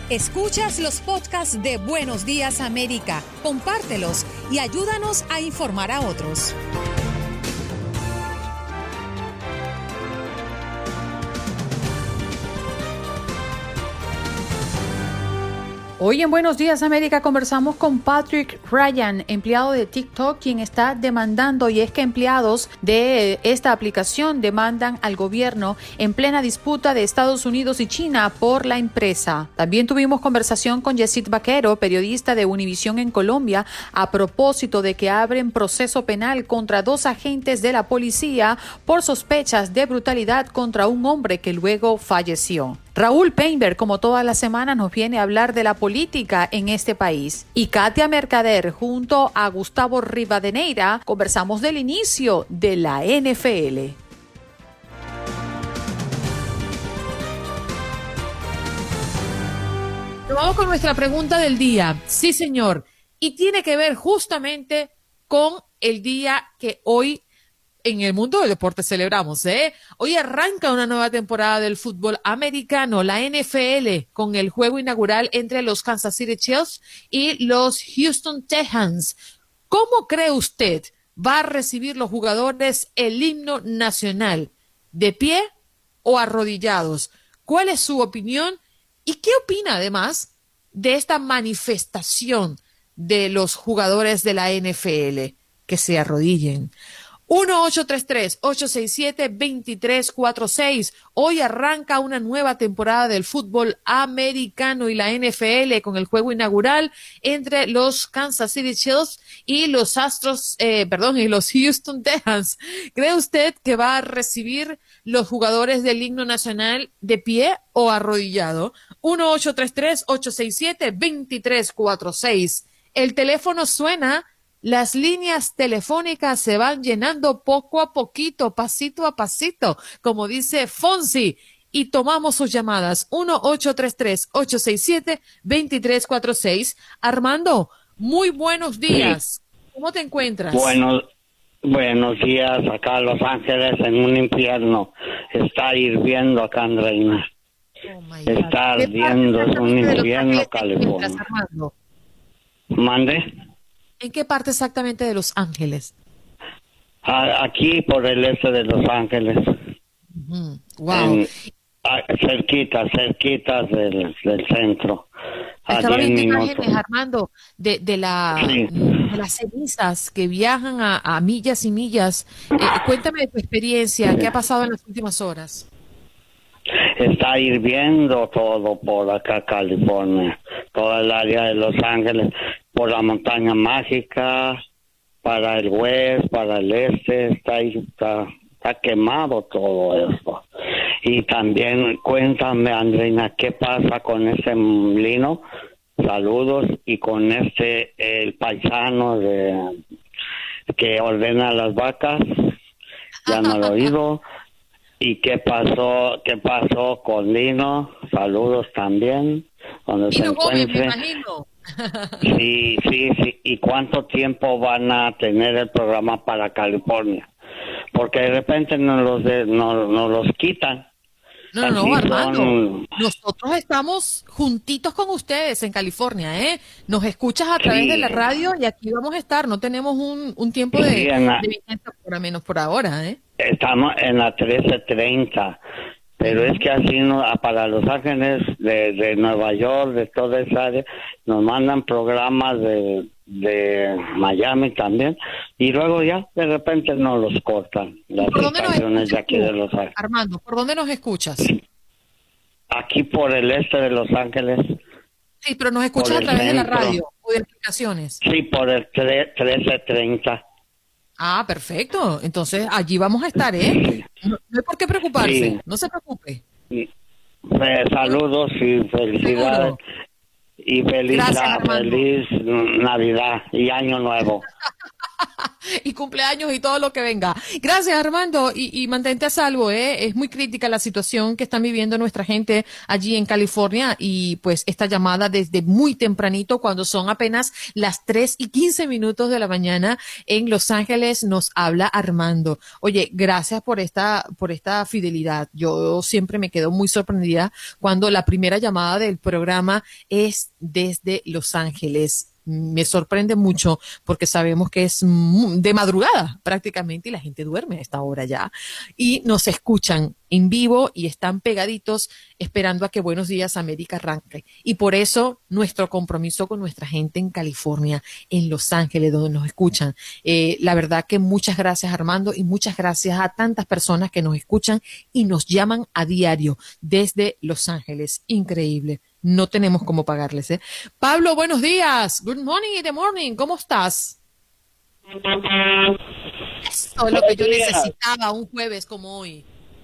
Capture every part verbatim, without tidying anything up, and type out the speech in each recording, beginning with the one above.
Escuchas los podcasts de Buenos Días América, compártelos y ayúdanos a informar a otros. Hoy en Buenos Días América conversamos con Patrick Ryan, empleado de TikTok, quien está demandando, y es que empleados de esta aplicación demandan al gobierno en plena disputa de Estados Unidos y China por la empresa. También tuvimos conversación con Yesid Vaquero, periodista de Univisión en Colombia, a propósito de que abren proceso penal contra dos agentes de la policía por sospechas de brutalidad contra un hombre que luego falleció. Raúl Painberg, como todas las semanas, nos viene a hablar de la política en este país. Y Katia Mercader, junto a Gustavo Rivadeneira, conversamos del inicio de la N F L. Vamos con nuestra pregunta del día. Sí, señor. Y tiene que ver justamente con el día que hoy en el mundo del deporte celebramos, ¿eh? Hoy arranca una nueva temporada del fútbol americano, la N F L, con el juego inaugural entre los Kansas City Chiefs y los Houston Texans. ¿Cómo cree usted va a recibir los jugadores el himno nacional? ¿De pie o arrodillados? ¿Cuál es su opinión? ¿Y qué opina además de esta manifestación de los jugadores de la N F L? Que se arrodillen. uno ocho tres tres, ocho seis siete, dos tres cuatro seis. Hoy arranca una nueva temporada del fútbol americano y la N F L con el juego inaugural entre los Kansas City Chiefs y los Astros, eh, perdón, y los Houston Texans. ¿Cree usted que va a recibir los jugadores del himno nacional de pie o arrodillado? uno ocho tres tres, ocho seis siete, dos tres cuatro seis. El teléfono suena. Las líneas telefónicas se van llenando poco a poquito, pasito a pasito, como dice Fonsi, y tomamos sus llamadas. uno ocho tres tres, ocho seis siete, dos tres cuatro seis. Armando, muy buenos días. Sí. ¿Cómo te encuentras? Buenos, buenos días, acá en Los Ángeles, en un infierno. Está hirviendo acá, Andreina. Oh Está ardiendo, es un infierno, California. ¿Mande? ¿En qué parte exactamente de Los Ángeles? Aquí por el este de Los Ángeles. Uh-huh. Wow. En, cerquita, cerquita del, del centro. Estaba viendo imágenes, Armando, de, de, la, sí. de las cenizas que viajan a, a millas y millas. Eh, cuéntame de tu experiencia, ¿qué ha pasado en las últimas horas? Está hirviendo todo por acá, California, toda el área de Los Ángeles, por la montaña mágica, para el oeste, para el este, está, está, está quemado todo esto. Y también cuéntame, Andreina, ¿qué pasa con ese lino? Saludos. Y con este, el paisano de que ordena las vacas, ya no lo he oído. ¿Y qué pasó, qué pasó con Lino? Saludos también. Donde Lino se Gómez, me imagino. Sí, sí, sí. ¿Y cuánto tiempo van a tener el programa para California? Porque de repente nos los, de, nos, nos los quitan. No, no, no, Armando. Son... Nosotros estamos juntitos con ustedes en California, ¿eh? Nos escuchas a través sí. de la radio y aquí vamos a estar. No tenemos un, un tiempo de, sí, la... de vigencia, por menos por ahora, ¿eh? Estamos en la trece treinta, pero uh-huh. es que así no, para Los Ángeles, de, de Nueva York, de toda esa área, nos mandan programas de, de Miami también, y luego ya de repente nos los cortan, las estaciones de aquí de Los Ángeles. Armando, ¿por dónde nos escuchas? Aquí por el este de Los Ángeles. Sí, pero nos escuchas a través centro. de la radio o de aplicaciones. Sí, por el trece treinta. Ah, perfecto. Entonces, allí vamos a estar, ¿eh? No, no hay por qué preocuparse. Sí. No se preocupe. Sí. Eh, saludos y felicidades. Y feliz, Gracias, feliz Navidad y Año Nuevo. y cumpleaños y todo lo que venga. Gracias, Armando, y, y mantente a salvo, ¿eh? Es muy crítica la situación que están viviendo nuestra gente allí en California y pues esta llamada desde muy tempranito, cuando son apenas las tres y quince minutos de la mañana en Los Ángeles, nos habla Armando. Oye, gracias por esta, por esta fidelidad. Yo siempre me quedo muy sorprendida cuando la primera llamada del programa es desde Los Ángeles. Me sorprende mucho porque sabemos que es de madrugada prácticamente y la gente duerme a esta hora ya y nos escuchan en vivo y están pegaditos esperando a que Buenos Días América arranque. Y por eso nuestro compromiso con nuestra gente en California, en Los Ángeles, donde nos escuchan. Eh, la verdad que muchas gracias, Armando, y muchas gracias a tantas personas que nos escuchan y nos llaman a diario desde Los Ángeles. Increíble. No tenemos cómo pagarles, ¿eh? Pablo, buenos días. Good morning, the morning. ¿Cómo estás? Eso es lo que yo necesitaba un jueves como hoy.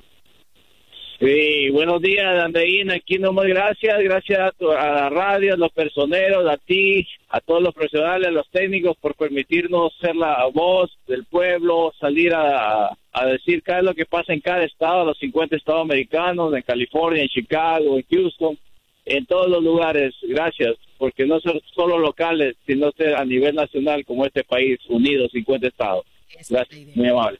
Sí, buenos días, Andreina. Aquí nomás gracias. Gracias a, tu, a la radio, a los personeros, a ti, a todos los profesionales, a los técnicos por permitirnos ser la voz del pueblo, salir a, a decir qué es lo que pasa en cada estado, los cincuenta estados americanos, en California, en Chicago, en Houston. En todos los lugares, gracias, porque no son solo locales, sino a nivel nacional, como este país, unido, cincuenta estados. Gracias, muy amable.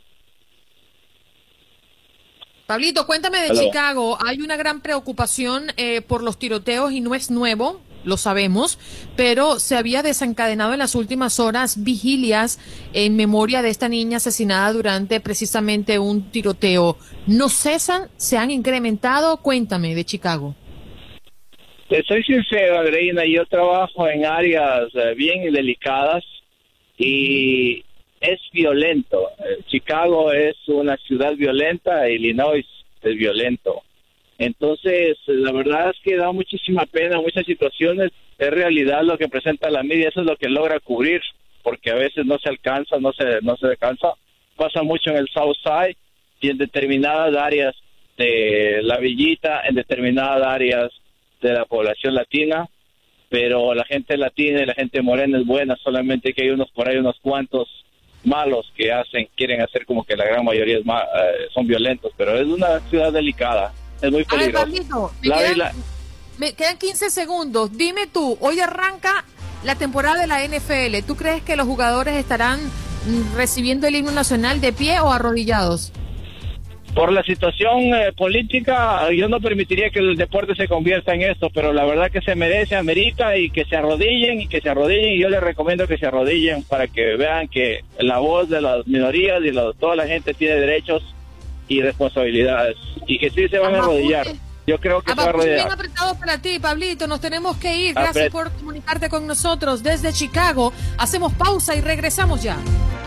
Pablito, cuéntame de Hello. Chicago. Hay una gran preocupación eh, por los tiroteos y no es nuevo, lo sabemos, pero se había desencadenado en las últimas horas vigilias en memoria de esta niña asesinada durante precisamente un tiroteo. ¿No cesan? ¿Se han incrementado? Cuéntame de Chicago. Te soy sincero, Andreina, yo trabajo en áreas eh, bien delicadas y es violento. Eh, Chicago es una ciudad violenta, Illinois es violento. Entonces, la verdad es que da muchísima pena, muchas situaciones, es realidad lo que presenta la media, eso es lo que logra cubrir, porque a veces no se alcanza, no se, no se alcanza. Pasa mucho en el South Side y en determinadas áreas de la Villita, en determinadas áreas de la población latina, pero la gente latina y la gente morena es buena, solamente que hay unos por ahí, unos cuantos malos que hacen, quieren hacer como que la gran mayoría es más, eh, son violentos, pero es una ciudad delicada, es muy peligrosa. Ay, Pablito, me, quedan, la... me quedan quince segundos, dime tú, hoy arranca la temporada de la N F L, ¿tú crees que los jugadores estarán recibiendo el himno nacional de pie o arrodillados? Por la situación eh, política, yo no permitiría que el deporte se convierta en esto, pero la verdad que se merece, amerita, y que se arrodillen, y que se arrodillen, y yo les recomiendo que se arrodillen para que vean que la voz de las minorías y la, toda la gente tiene derechos y responsabilidades, y que sí se van a arrodillar. Yo creo que se va a arrodillar. Bien apretado para ti, Pablito, nos tenemos que ir. Gracias Apret- por comunicarte con nosotros desde Chicago. Hacemos pausa y regresamos ya.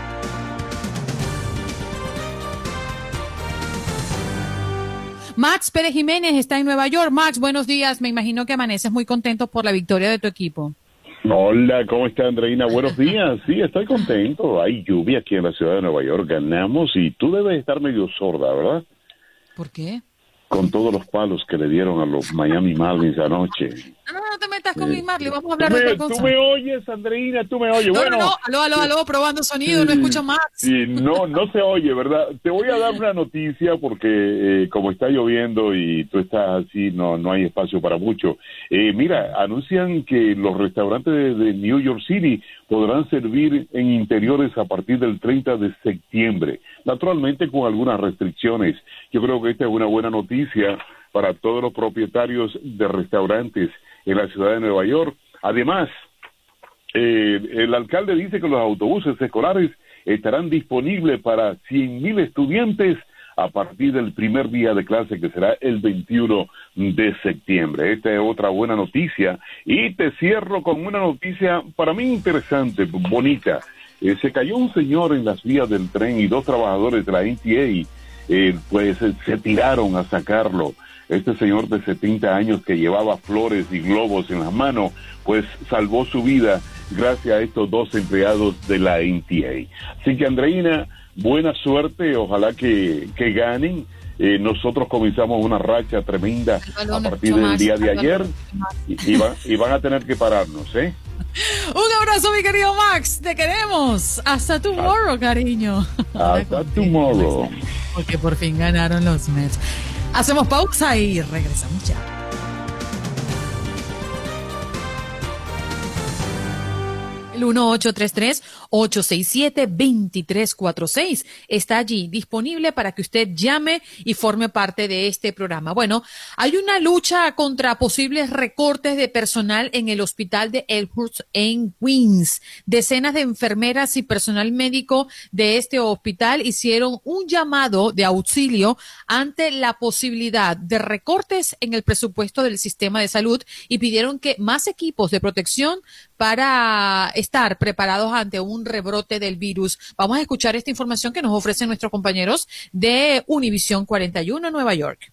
Max Pérez Jiménez está en Nueva York. Max, buenos días. Me imagino que amaneces muy contento por la victoria de tu equipo. Hola, ¿cómo está, Andreina? Buenos días. Sí, estoy contento. Hay lluvia aquí en la ciudad de Nueva York. Ganamos y tú debes estar medio sorda, ¿verdad? ¿Por qué? Con todos los palos que le dieron a los Miami Marlins anoche. No, no, no te metas con sí. mi Marlins, vamos a hablar me, de otra cosa. Tú me oyes, Andreina, tú me oyes. No, bueno, no, no, aló, aló, aló, probando sonido, sí, no escucho más. Sí, no, no se oye, ¿verdad? Te voy a dar una noticia porque eh, como está lloviendo y tú estás así, no, no hay espacio para mucho. Eh, mira, anuncian que los restaurantes de, de New York City podrán servir en interiores a partir del treinta de septiembre, naturalmente con algunas restricciones. Yo creo que esta es una buena noticia para todos los propietarios de restaurantes en la ciudad de Nueva York. Además, eh, el alcalde dice que los autobuses escolares estarán disponibles para cien mil estudiantes a partir del primer día de clase, que será el veintiuno de septiembre. Esta es otra buena noticia. Y te cierro con una noticia para mí interesante, bonita. Eh, se cayó un señor en las vías del tren y dos trabajadores de la N T A eh, pues eh, se tiraron a sacarlo. Este señor de setenta años que llevaba flores y globos en las manos, pues salvó su vida gracias a estos dos empleados de la N T A. Así que, Andreina, buena suerte, ojalá que, que ganen. Eh, nosotros comenzamos una racha tremenda a partir del día de ayer y, y, va, y van a tener que pararnos, ¿eh? Un abrazo, mi querido Max. Te queremos. Hasta tomorrow, cariño. Hasta tomorrow. Porque por fin ganaron los Mets. Hacemos pausa y regresamos ya. El uno ocho tres tres, ocho seis siete, dos tres cuatro seis está allí disponible para que usted llame y forme parte de este programa. Bueno, hay una lucha contra posibles recortes de personal en el hospital de Elmhurst en Queens. Decenas de enfermeras y personal médico de este hospital hicieron un llamado de auxilio ante la posibilidad de recortes en el presupuesto del sistema de salud y pidieron que más equipos de protección para estar preparados ante un rebrote del virus. Vamos a escuchar esta información que nos ofrecen nuestros compañeros de Univisión cuarenta y uno Nueva York.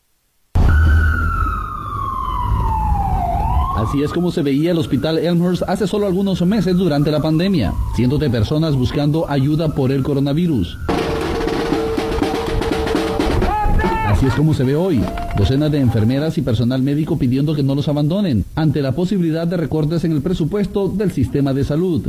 Así es como se veía el hospital Elmhurst hace solo algunos meses durante la pandemia. Cientos de personas buscando ayuda por el coronavirus. Así es como se ve hoy. Docenas de enfermeras y personal médico pidiendo que no los abandonen ante la posibilidad de recortes en el presupuesto del sistema de salud.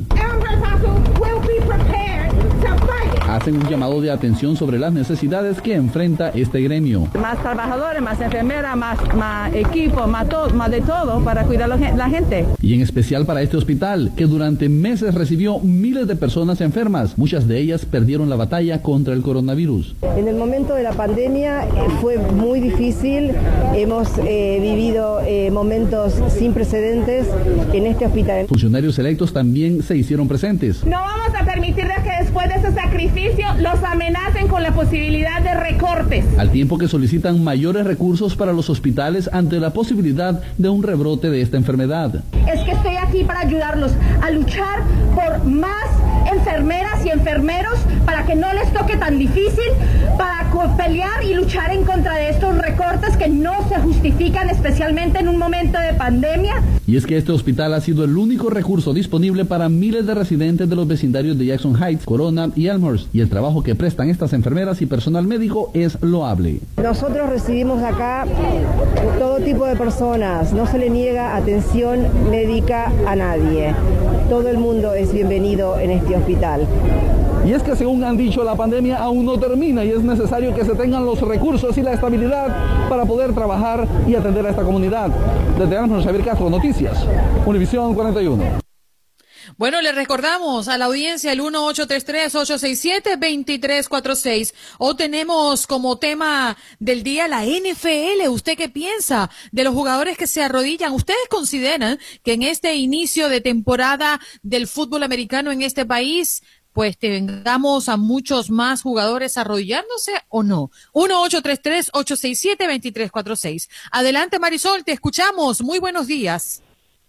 Hacen un llamado de atención sobre las necesidades que enfrenta este gremio. Más trabajadores, más enfermeras, más, más equipo, más, to- más de todo para cuidar a la gente. Y en especial para este hospital, que durante meses recibió miles de personas enfermas. Muchas de ellas perdieron la batalla contra el coronavirus. En el momento de la pandemia eh, fue muy difícil. Hemos eh, vivido eh, momentos sin precedentes en este hospital. Funcionarios electos también se hicieron presentes. No vamos a permitirles que después de ese sacrificio los amenacen con la posibilidad de recortes. Al tiempo que solicitan mayores recursos para los hospitales ante la posibilidad de un rebrote de esta enfermedad. Es que estoy aquí para ayudarlos a luchar por más enfermeras y enfermeros para que no les toque tan difícil, para pelear y luchar en contra de estos recortes que no se justifican, especialmente en un momento de pandemia. Y es que este hospital ha sido el único recurso disponible para miles de residentes de los vecindarios de Jackson Heights, Corona y Elmhurst, y el trabajo que prestan estas enfermeras y personal médico es loable. Nosotros recibimos acá todo tipo de personas, no se le niega atención médica a nadie. Todo el mundo es bienvenido en este hospital. Y es que según han dicho, la pandemia aún no termina y es necesario que se tengan los recursos y la estabilidad para poder trabajar y atender a esta comunidad. Desde Elmhurst, Javier Castro, Noticias, Univisión cuarenta y uno. Bueno, le recordamos a la audiencia el uno ocho tres tres, ocho seis siete, dos tres cuatro seis. O tenemos como tema del día la N F L. ¿Usted qué piensa de los jugadores que se arrodillan? ¿Ustedes consideran que en este inicio de temporada del fútbol americano en este país pues tengamos a muchos más jugadores arrodillándose o no? uno ocho tres tres, ocho seis siete, dos tres cuatro seis. Adelante, Marisol, te escuchamos. Muy buenos días.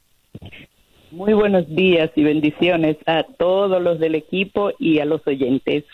Muy buenos días y bendiciones a todos los del equipo y a los oyentes.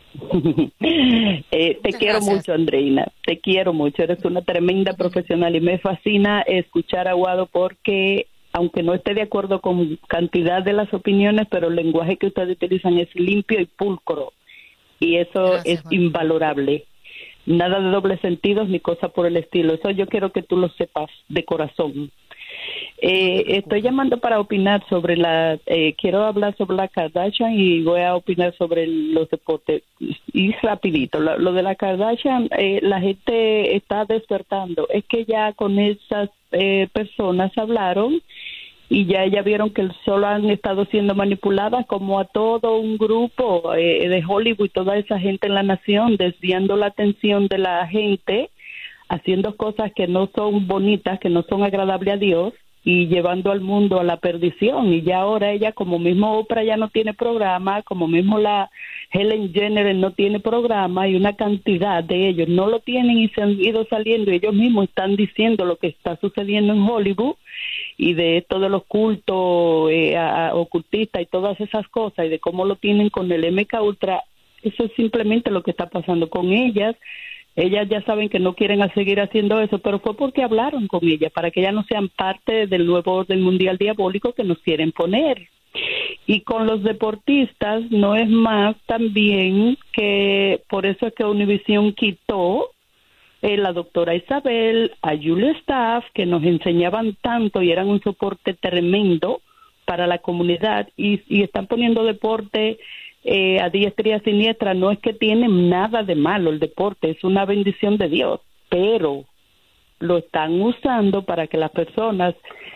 eh, te Muchas quiero gracias. mucho, Andreina, te quiero mucho, eres una tremenda profesional y me fascina escuchar a Guado porque, aunque no esté de acuerdo con cantidad de las opiniones, pero el lenguaje que ustedes utilizan es limpio y pulcro y eso Gracias, es Juan. invalorable. Nada de dobles sentidos ni cosa por el estilo, eso yo quiero que tú lo sepas de corazón. Eh, estoy llamando para opinar sobre la, eh, quiero hablar sobre la Kardashian y voy a opinar sobre los deportes. Y rapidito, lo, lo de la Kardashian, eh, la gente está despertando. Es que ya con esas eh, personas hablaron y ya ya vieron que solo han estado siendo manipuladas como a todo un grupo eh, de Hollywood y toda esa gente en la nación, desviando la atención de la gente, haciendo cosas que no son bonitas, que no son agradables a Dios y llevando al mundo a la perdición. Y ya ahora ella, como mismo Oprah ya no tiene programa, como mismo la Helen Jenner no tiene programa y una cantidad de ellos no lo tienen y se han ido saliendo y ellos mismos están diciendo lo que está sucediendo en Hollywood y de esto de los cultos eh, a, a, ocultistas y todas esas cosas y de cómo lo tienen con el M K Ultra. Eso es simplemente lo que está pasando con ellas. Ellas ya saben que no quieren a seguir haciendo eso, pero fue porque hablaron con ellas, para que ellas no sean parte del nuevo orden mundial diabólico que nos quieren poner. Y con los deportistas no es más también que por eso es que Univision quitó eh, la doctora Isabel, a Julia Staff, que nos enseñaban tanto y eran un soporte tremendo para la comunidad y, y están poniendo deporte eh, a diestra y a siniestra. No es que tiene nada de malo el deporte, es una bendición de Dios, pero lo están usando para que las personas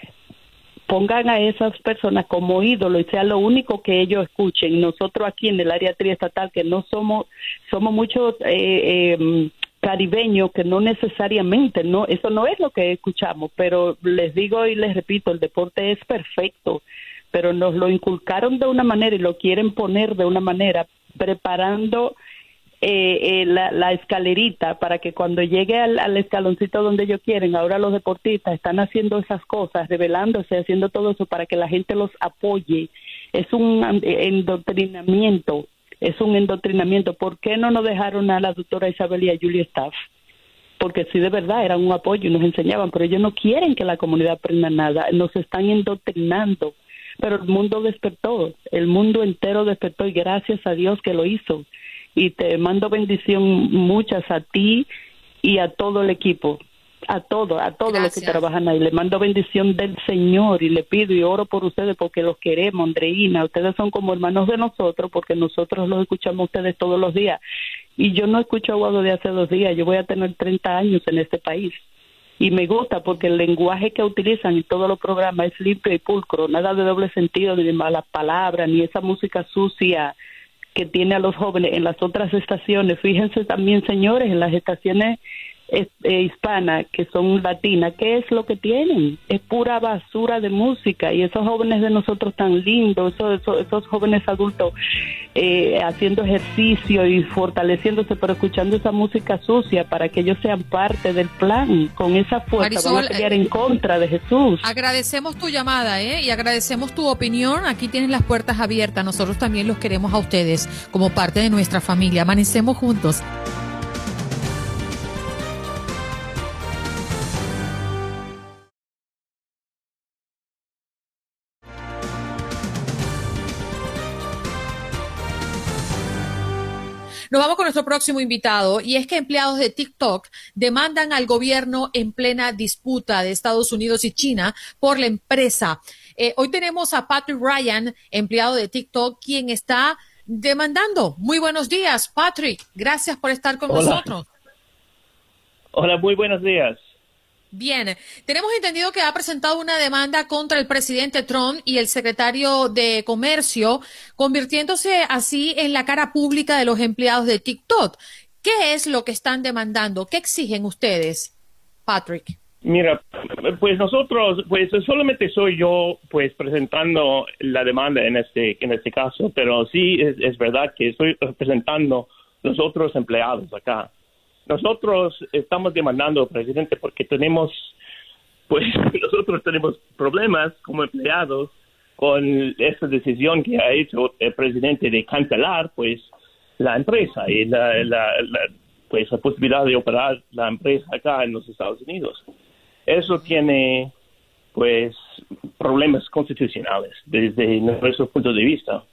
pongan a esas personas como ídolo y sea lo único que ellos escuchen. Nosotros aquí en el área triestatal, que no somos, somos muchos eh, eh, caribeños que no necesariamente, no, eso no es lo que escuchamos, pero les digo y les repito, el deporte es perfecto, pero nos lo inculcaron de una manera y lo quieren poner de una manera, preparando Eh, eh, la, la escalerita para que cuando llegue al, al escaloncito donde ellos quieren, ahora los deportistas están haciendo esas cosas, revelándose, haciendo todo eso para que la gente los apoye. Es un endoctrinamiento, es un endoctrinamiento. ¿Por qué no nos dejaron a la doctora Isabel y a Julia Staff? Porque sí, de verdad, eran un apoyo y nos enseñaban, pero ellos no quieren que la comunidad aprenda nada, nos están endoctrinando. Pero el mundo despertó, el mundo entero despertó y gracias a Dios que lo hizo. Y te mando bendición muchas a ti y a todo el equipo, a todo, a todos los que trabajan ahí. Le mando bendición del Señor y le pido y oro por ustedes porque los queremos, Andreina. Ustedes son como hermanos de nosotros porque nosotros los escuchamos a ustedes todos los días. Y yo no escucho a Guado de hace dos días, yo voy a tener treinta años en este país. Y me gusta porque el lenguaje que utilizan en todos los programas es limpio y pulcro, nada de doble sentido, ni de malas palabras, ni esa música sucia que tiene a los jóvenes en las otras estaciones. Fíjense también, señores, en las estaciones eh, eh, hispanas, que son latinas, ¿qué es lo que tienen? Es pura basura de música, y esos jóvenes de nosotros tan lindos, esos, esos, esos jóvenes adultos eh, haciendo ejercicio y fortaleciéndose, pero escuchando esa música sucia para que ellos sean parte del plan. Con esa fuerza Marisol, van a pelear en contra de Jesús. Agradecemos tu llamada, ¿eh? Y agradecemos tu opinión. Aquí tienes las puertas abiertas. Nosotros también los queremos a ustedes como parte de nuestra familia. Amanecemos juntos. Nos vamos con nuestro próximo invitado, y es que empleados de TikTok demandan al gobierno en plena disputa de Estados Unidos y China por la empresa. Eh, hoy tenemos a Patrick Ryan, empleado de TikTok, quien está demandando. Muy buenos días, Patrick. Gracias por estar con Hola. nosotros. Hola, muy buenos días. Bien, tenemos entendido que ha presentado una demanda contra el presidente Trump y el secretario de Comercio, convirtiéndose así en la cara pública de los empleados de TikTok. ¿Qué es lo que están demandando? ¿Qué exigen ustedes, Patrick? Mira, pues nosotros, pues solamente soy yo, pues presentando la demanda en este, en este caso, pero sí es, es verdad que estoy representando los otros empleados acá. Nosotros estamos demandando al presidente porque tenemos, pues nosotros tenemos problemas como empleados con esta decisión que ha hecho el presidente de cancelar, pues, la empresa y la, la, la, pues, la posibilidad de operar la empresa acá en los Estados Unidos. Eso tiene, pues, problemas constitucionales desde nuestro punto de vista.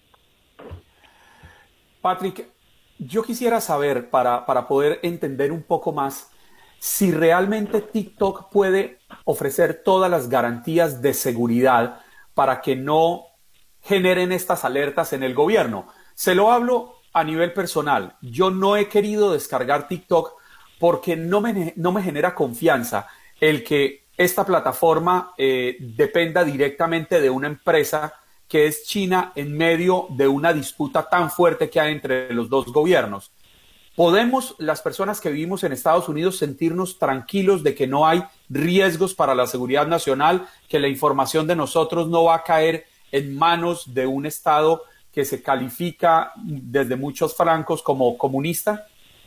Patrick, yo quisiera saber, para, para poder entender un poco más, si realmente TikTok puede ofrecer todas las garantías de seguridad para que no generen estas alertas en el gobierno. Se lo hablo a nivel personal. Yo no he querido descargar TikTok porque no me, no me genera confianza el que esta plataforma eh, dependa directamente de una empresa que es China en medio de una disputa tan fuerte que hay entre los dos gobiernos. ¿Podemos, las personas que vivimos en Estados Unidos, sentirnos tranquilos de que no hay riesgos para la seguridad nacional, que la información de nosotros no va a caer en manos de un Estado que se califica desde muchos flancos como comunista?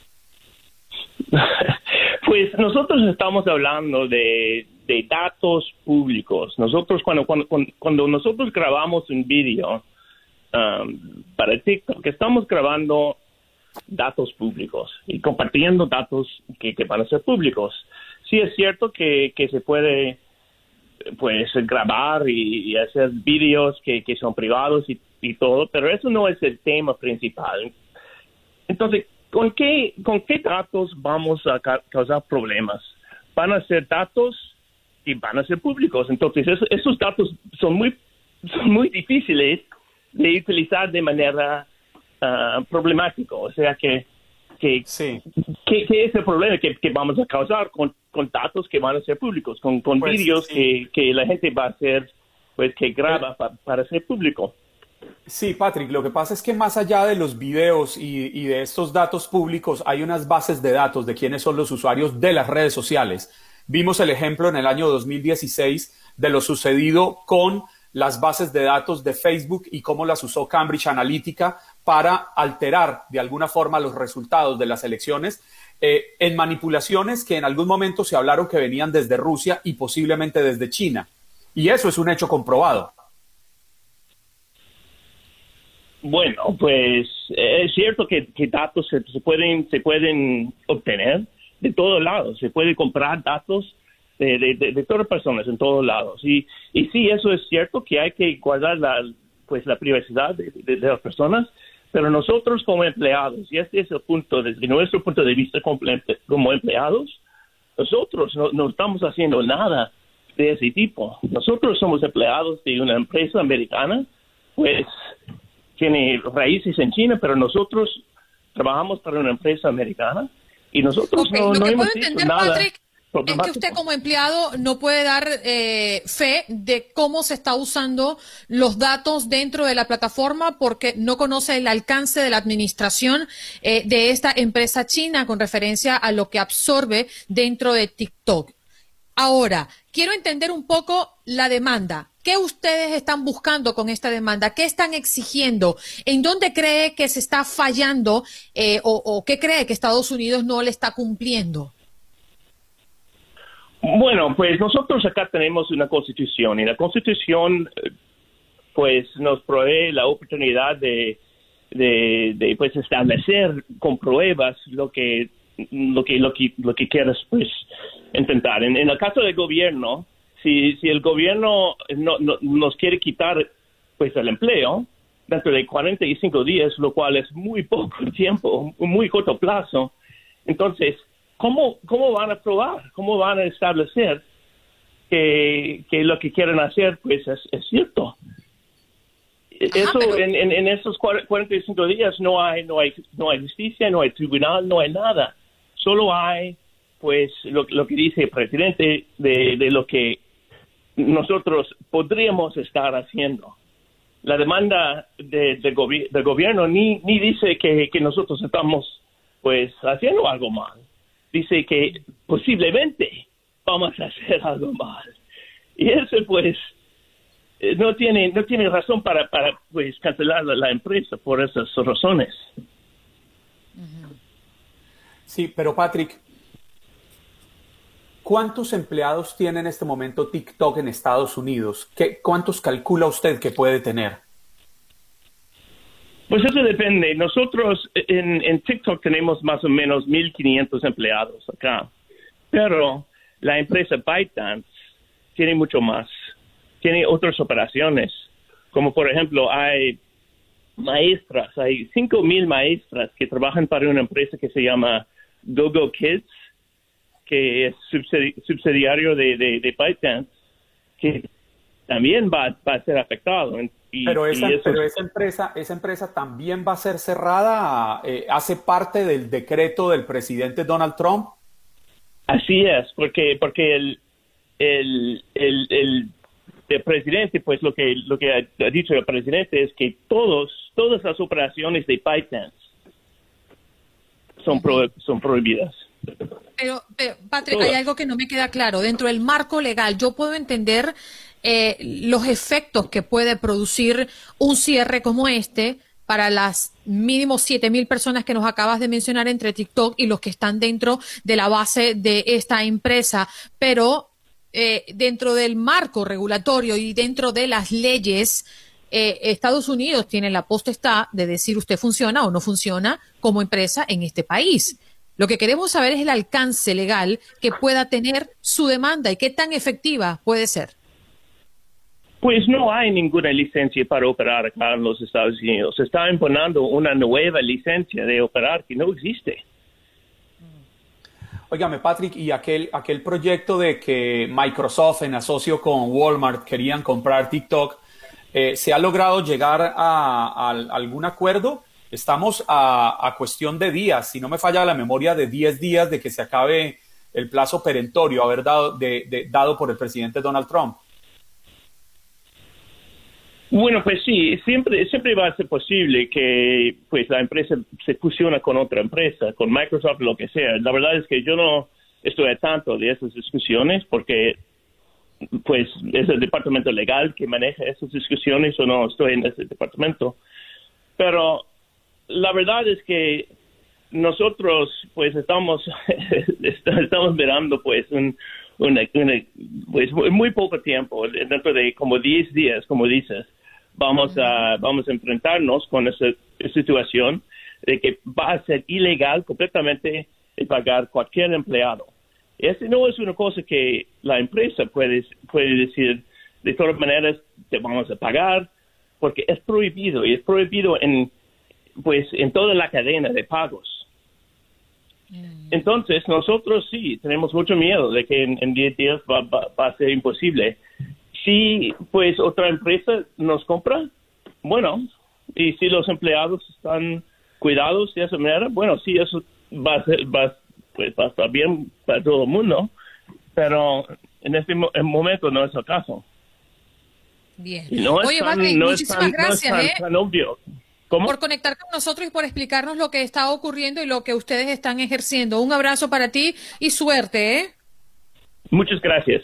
Pues nosotros estamos hablando de, de datos públicos. Nosotros cuando, cuando, cuando nosotros grabamos un video um, para TikTok, estamos grabando datos públicos y compartiendo datos que, que van a ser públicos. Sí es cierto que, que se puede pues grabar y, y hacer videos que, que son privados y, y todo, pero eso no es el tema principal. Entonces, ¿Con qué, ¿Con qué datos vamos a ca- causar problemas? Van a ser datos y van a ser públicos. Entonces, eso, esos datos son muy son muy difíciles de utilizar de manera uh, problemática. O sea que, que, sí. que, que es el problema que, que vamos a causar con, con datos que van a ser públicos, con, con pues, vídeos sí. que, que la gente va a hacer, pues que graba pa, para ser público. Sí, Patrick, lo que pasa es que más allá de los videos y, y de estos datos públicos, hay unas bases de datos de quiénes son los usuarios de las redes sociales. Vimos el ejemplo en el año dos mil dieciséis de lo sucedido con las bases de datos de Facebook y cómo las usó Cambridge Analytica para alterar de alguna forma los resultados de las elecciones eh, en manipulaciones que en algún momento se hablaron que venían desde Rusia y posiblemente desde China. Y eso es un hecho comprobado. Bueno, pues es cierto que, que datos se, se pueden se pueden obtener de todos lados. Se puede comprar datos de, de, de, de todas las personas en todos lados. Y, y sí, eso es cierto que hay que guardar la, pues, la privacidad de, de, de las personas, pero nosotros como empleados, y este es el punto, desde nuestro punto de vista como, como empleados, nosotros no, no estamos haciendo nada de ese tipo. Nosotros somos empleados de una empresa americana, pues tiene raíces en China, pero nosotros trabajamos para una empresa americana y nosotros okay, no, lo no que hemos puedo hecho entender, nada. Patrick, es que usted como empleado no puede dar eh, fe de cómo se está usando los datos dentro de la plataforma porque no conoce el alcance de la administración eh, de esta empresa china con referencia a lo que absorbe dentro de TikTok. Ahora, quiero entender un poco la demanda. ¿Qué ustedes están buscando con esta demanda? ¿Qué están exigiendo? ¿En dónde cree que se está fallando eh, o, o qué cree que Estados Unidos no le está cumpliendo? Bueno, pues nosotros acá tenemos una constitución y la constitución pues nos provee la oportunidad de, de, de pues establecer con pruebas lo que lo que lo que lo que quieras pues intentar. En, en el caso del gobierno, si si el gobierno no, no nos quiere quitar pues el empleo dentro de cuarenta y cinco días, lo cual es muy poco tiempo, muy corto plazo, entonces ¿Cómo, ¿Cómo van a probar? ¿Cómo van a establecer que, que lo que quieren hacer pues es, es cierto? Ajá, Eso pero... en, en, en esos cuarenta y cinco días no hay no hay no hay justicia, no hay tribunal, no hay nada. Solo hay pues lo, lo que dice el presidente de, de lo que nosotros podríamos estar haciendo. La demanda de, de, gobi- de gobierno ni ni dice que, que nosotros estamos pues haciendo algo mal. Dice que posiblemente vamos a hacer algo mal. Y eso, pues, no tiene no tiene razón para, para pues, cancelar la, la empresa por esas razones. Sí, pero Patrick, ¿cuántos empleados tiene en este momento TikTok en Estados Unidos? ¿Qué, ¿Cuántos calcula usted que puede tener? Pues eso depende. Nosotros en, en TikTok tenemos más o menos mil quinientos empleados acá, pero la empresa ByteDance tiene mucho más. Tiene otras operaciones, como por ejemplo hay maestras, hay cinco mil maestras que trabajan para una empresa que se llama GoGo Kids, que es subsidi- subsidiario de, de, de ByteDance, que también va, va a ser afectado. Y, pero esa, y eso... pero esa empresa, esa empresa también va a ser cerrada, eh, hace parte del decreto del presidente Donald Trump. Así es, porque porque el el el, el, el presidente, pues lo que lo que ha, ha dicho el presidente es que todos todas las operaciones de ByteDance son pro, son prohibidas. Pero, pero Patrick, hay algo que no me queda claro. Dentro del marco legal, yo puedo entender eh, los efectos que puede producir un cierre como este para las mínimo siete mil personas que nos acabas de mencionar entre TikTok y los que están dentro de la base de esta empresa. Pero eh, dentro del marco regulatorio y dentro de las leyes, eh, Estados Unidos tiene la potestad de decir usted funciona o no funciona como empresa en este país. Lo que queremos saber es el alcance legal que pueda tener su demanda y qué tan efectiva puede ser. Pues no hay ninguna licencia para operar acá en los Estados Unidos. Se está imponiendo una nueva licencia de operar que no existe. Óigame, Patrick, y aquel, aquel proyecto de que Microsoft en asocio con Walmart querían comprar TikTok, Eh, ¿Se ha logrado llegar a, a, a algún acuerdo? Estamos a, a cuestión de días, si no me falla la memoria, de diez días de que se acabe el plazo perentorio haber dado, de, de, dado por el presidente Donald Trump. Bueno, pues sí, siempre siempre va a ser posible que pues la empresa se fusione con otra empresa, con Microsoft, lo que sea. La verdad es que yo no estoy al tanto de esas discusiones porque pues es el departamento legal que maneja esas discusiones, o no estoy en ese departamento. Pero la verdad es que nosotros pues estamos estamos mirando pues un una, una pues muy poco tiempo, dentro de como diez días, como dices, vamos a vamos a enfrentarnos con esa situación de que va a ser ilegal completamente pagar cualquier empleado. Esa no es una cosa que la empresa puede puede decir, de todas maneras te vamos a pagar, porque es prohibido, y es prohibido en pues en toda la cadena de pagos. Entonces, nosotros sí tenemos mucho miedo de que en, en diez días va, va, va a ser imposible. Si, pues, otra empresa nos compra, bueno, y si los empleados están cuidados de esa manera, bueno, sí, eso va a ser, va, pues, va a estar bien para todo el mundo, pero en este mo- en momento no es el caso. Bien. No Oye, tan, Macri, no muchísimas tan, gracias, no es ¿eh? tan, tan obvio. ¿Cómo? Por conectar con nosotros y por explicarnos lo que está ocurriendo y lo que ustedes están ejerciendo. Un abrazo para ti y suerte, ¿eh? Muchas gracias.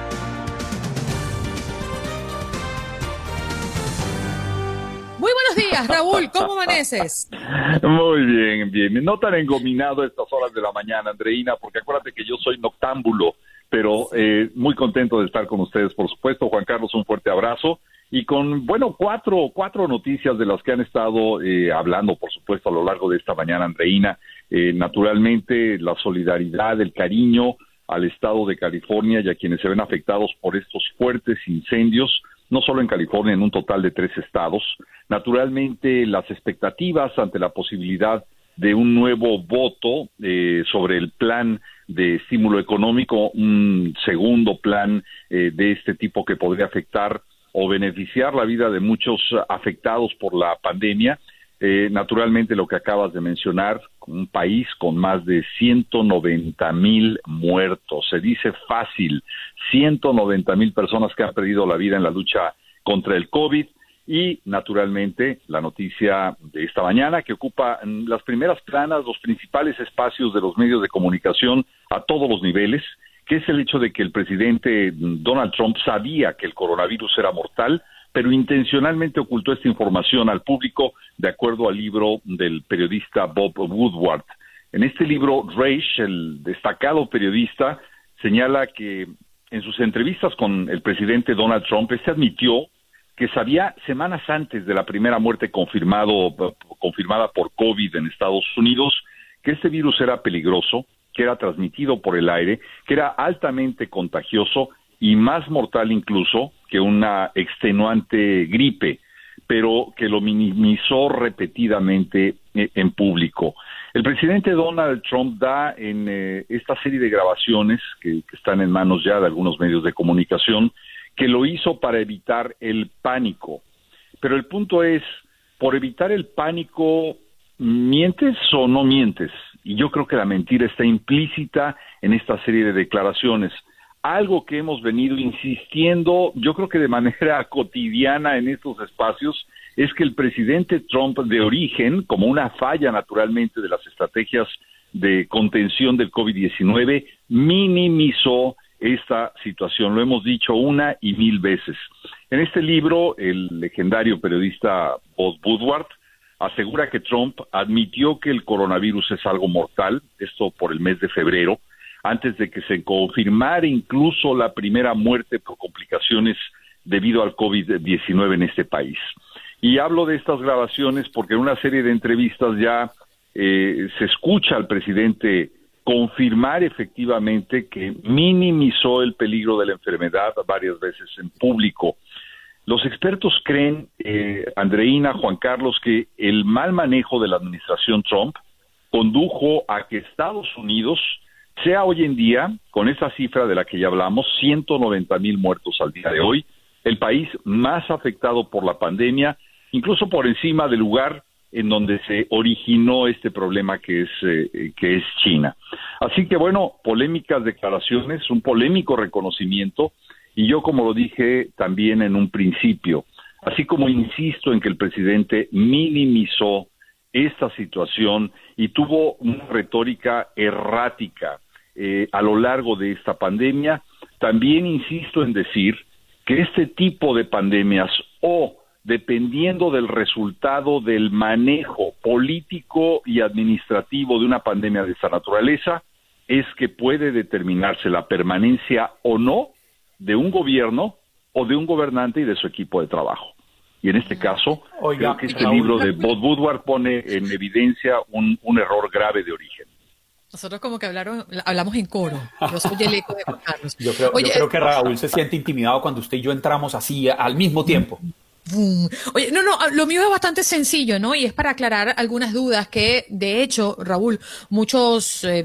Muy buenos días, Raúl. ¿Cómo amaneces? Muy bien, bien. No tan engominado a estas horas de la mañana, Andreina, porque acuérdate que yo soy noctámbulo, pero eh, muy contento de estar con ustedes, por supuesto. Juan Carlos, un fuerte abrazo. Y con, bueno, cuatro, cuatro noticias de las que han estado eh, hablando, por supuesto, a lo largo de esta mañana, Andreina. Eh, naturalmente, la solidaridad, el cariño al estado de California y a quienes se ven afectados por estos fuertes incendios, no solo en California, en un total de tres estados. Naturalmente, las expectativas ante la posibilidad de un nuevo voto eh, sobre el plan de estímulo económico, un segundo plan eh, de este tipo que podría afectar o beneficiar la vida de muchos afectados por la pandemia. Eh, naturalmente, lo que acabas de mencionar, un país con más de ciento noventa mil muertos. Se dice fácil, ciento noventa mil personas que han perdido la vida en la lucha contra el COVID. Y, naturalmente, la noticia de esta mañana que ocupa las primeras planas, los principales espacios de los medios de comunicación a todos los niveles, que es el hecho de que el presidente Donald Trump sabía que el coronavirus era mortal, pero intencionalmente ocultó esta información al público, de acuerdo al libro del periodista Bob Woodward. En este libro, Raish, el destacado periodista, señala que en sus entrevistas con el presidente Donald Trump, este admitió que sabía semanas antes de la primera muerte confirmado, confirmada por COVID en Estados Unidos, que este virus era peligroso, que era transmitido por el aire, que era altamente contagioso y más mortal incluso que una extenuante gripe, pero que lo minimizó repetidamente en público. El presidente Donald Trump da en eh, esta serie de grabaciones que, que están en manos ya de algunos medios de comunicación, que lo hizo para evitar el pánico. Pero el punto es, por evitar el pánico, ¿mientes o no mientes? Y yo creo que la mentira está implícita en esta serie de declaraciones. Algo que hemos venido insistiendo, yo creo que de manera cotidiana en estos espacios, es que el presidente Trump, de origen, como una falla naturalmente de las estrategias de contención del COVID diecinueve, minimizó esta situación. Lo hemos dicho una y mil veces. En este libro, el legendario periodista Bob Woodward asegura que Trump admitió que el coronavirus es algo mortal, esto por el mes de febrero, antes de que se confirmara incluso la primera muerte por complicaciones debido al COVID diecinueve en este país. Y hablo de estas grabaciones porque en una serie de entrevistas ya eh, se escucha al presidente confirmar efectivamente que minimizó el peligro de la enfermedad varias veces en público. Los expertos creen, eh, Andreina, Juan Carlos, que el mal manejo de la administración Trump condujo a que Estados Unidos sea hoy en día, con esa cifra de la que ya hablamos, ciento noventa mil muertos al día de hoy, el país país más afectado por la pandemia, incluso por encima del lugar en donde se originó este problema que es, eh, que es China. Así que bueno, polémicas declaraciones, un polémico reconocimiento, y yo, como lo dije también en un principio, así como insisto en que el presidente minimizó esta situación y tuvo una retórica errática eh, a lo largo de esta pandemia, también insisto en decir que este tipo de pandemias, o dependiendo del resultado del manejo político y administrativo de una pandemia de esta naturaleza, es que puede determinarse la permanencia o no de un gobierno o de un gobernante y de su equipo de trabajo. Y en este caso, Oiga, creo que este Raúl, libro de Bob Woodward pone en evidencia un, un error grave de origen. Nosotros como que hablaron, hablamos en coro. Yo soy el eco de Juan Carlos. Yo creo, Oye, yo creo que Raúl se siente intimidado cuando usted y yo entramos así al mismo tiempo. Oye, no, no, lo mío es bastante sencillo, ¿no? Y es para aclarar algunas dudas que, de hecho, Raúl, muchos eh,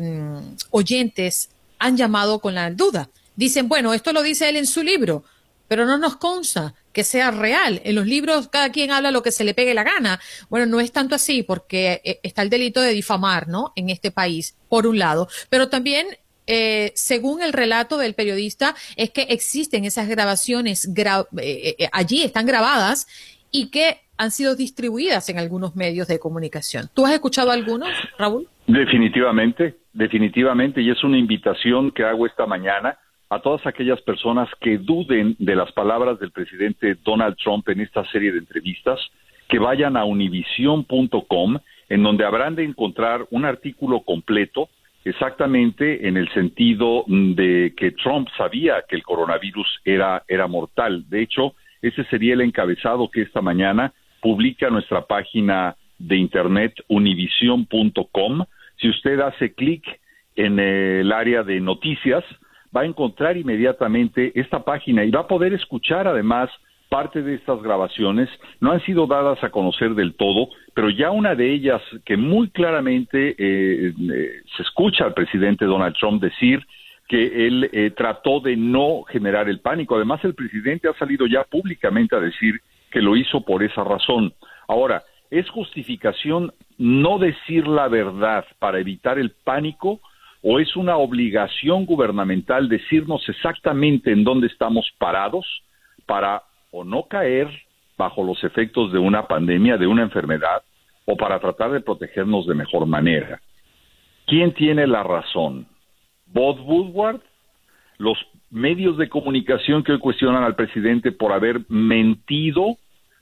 oyentes han llamado con la duda. Dicen, bueno, esto lo dice él en su libro, pero no nos consta que sea real. En los libros cada quien habla lo que se le pegue la gana. Bueno, no es tanto así, porque está el delito de difamar, ¿no? En este país, por un lado. Pero también, eh, según el relato del periodista, es que existen esas grabaciones, gra- eh, eh, allí están grabadas y que han sido distribuidas en algunos medios de comunicación. ¿Tú has escuchado algunos, Raúl? Definitivamente, definitivamente, y es una invitación que hago esta mañana a todas aquellas personas que duden de las palabras del presidente Donald Trump en esta serie de entrevistas, que vayan a univision punto com, en donde habrán de encontrar un artículo completo, exactamente en el sentido de que Trump sabía que el coronavirus era, era mortal. De hecho, ese sería el encabezado que esta mañana publica nuestra página de internet univision punto com. Si usted hace clic en el área de noticias, va a encontrar inmediatamente esta página y va a poder escuchar además parte de estas grabaciones. No han sido dadas a conocer del todo, pero ya una de ellas que muy claramente eh, eh, se escucha al presidente Donald Trump decir que él eh, trató de no generar el pánico. Además, el presidente ha salido ya públicamente a decir que lo hizo por esa razón. Ahora, ¿es justificación no decir la verdad para evitar el pánico, o es una obligación gubernamental decirnos exactamente en dónde estamos parados para o no caer bajo los efectos de una pandemia, de una enfermedad, o para tratar de protegernos de mejor manera? ¿Quién tiene la razón? ¿Bob Woodward? ¿Los medios de comunicación que hoy cuestionan al presidente por haber mentido,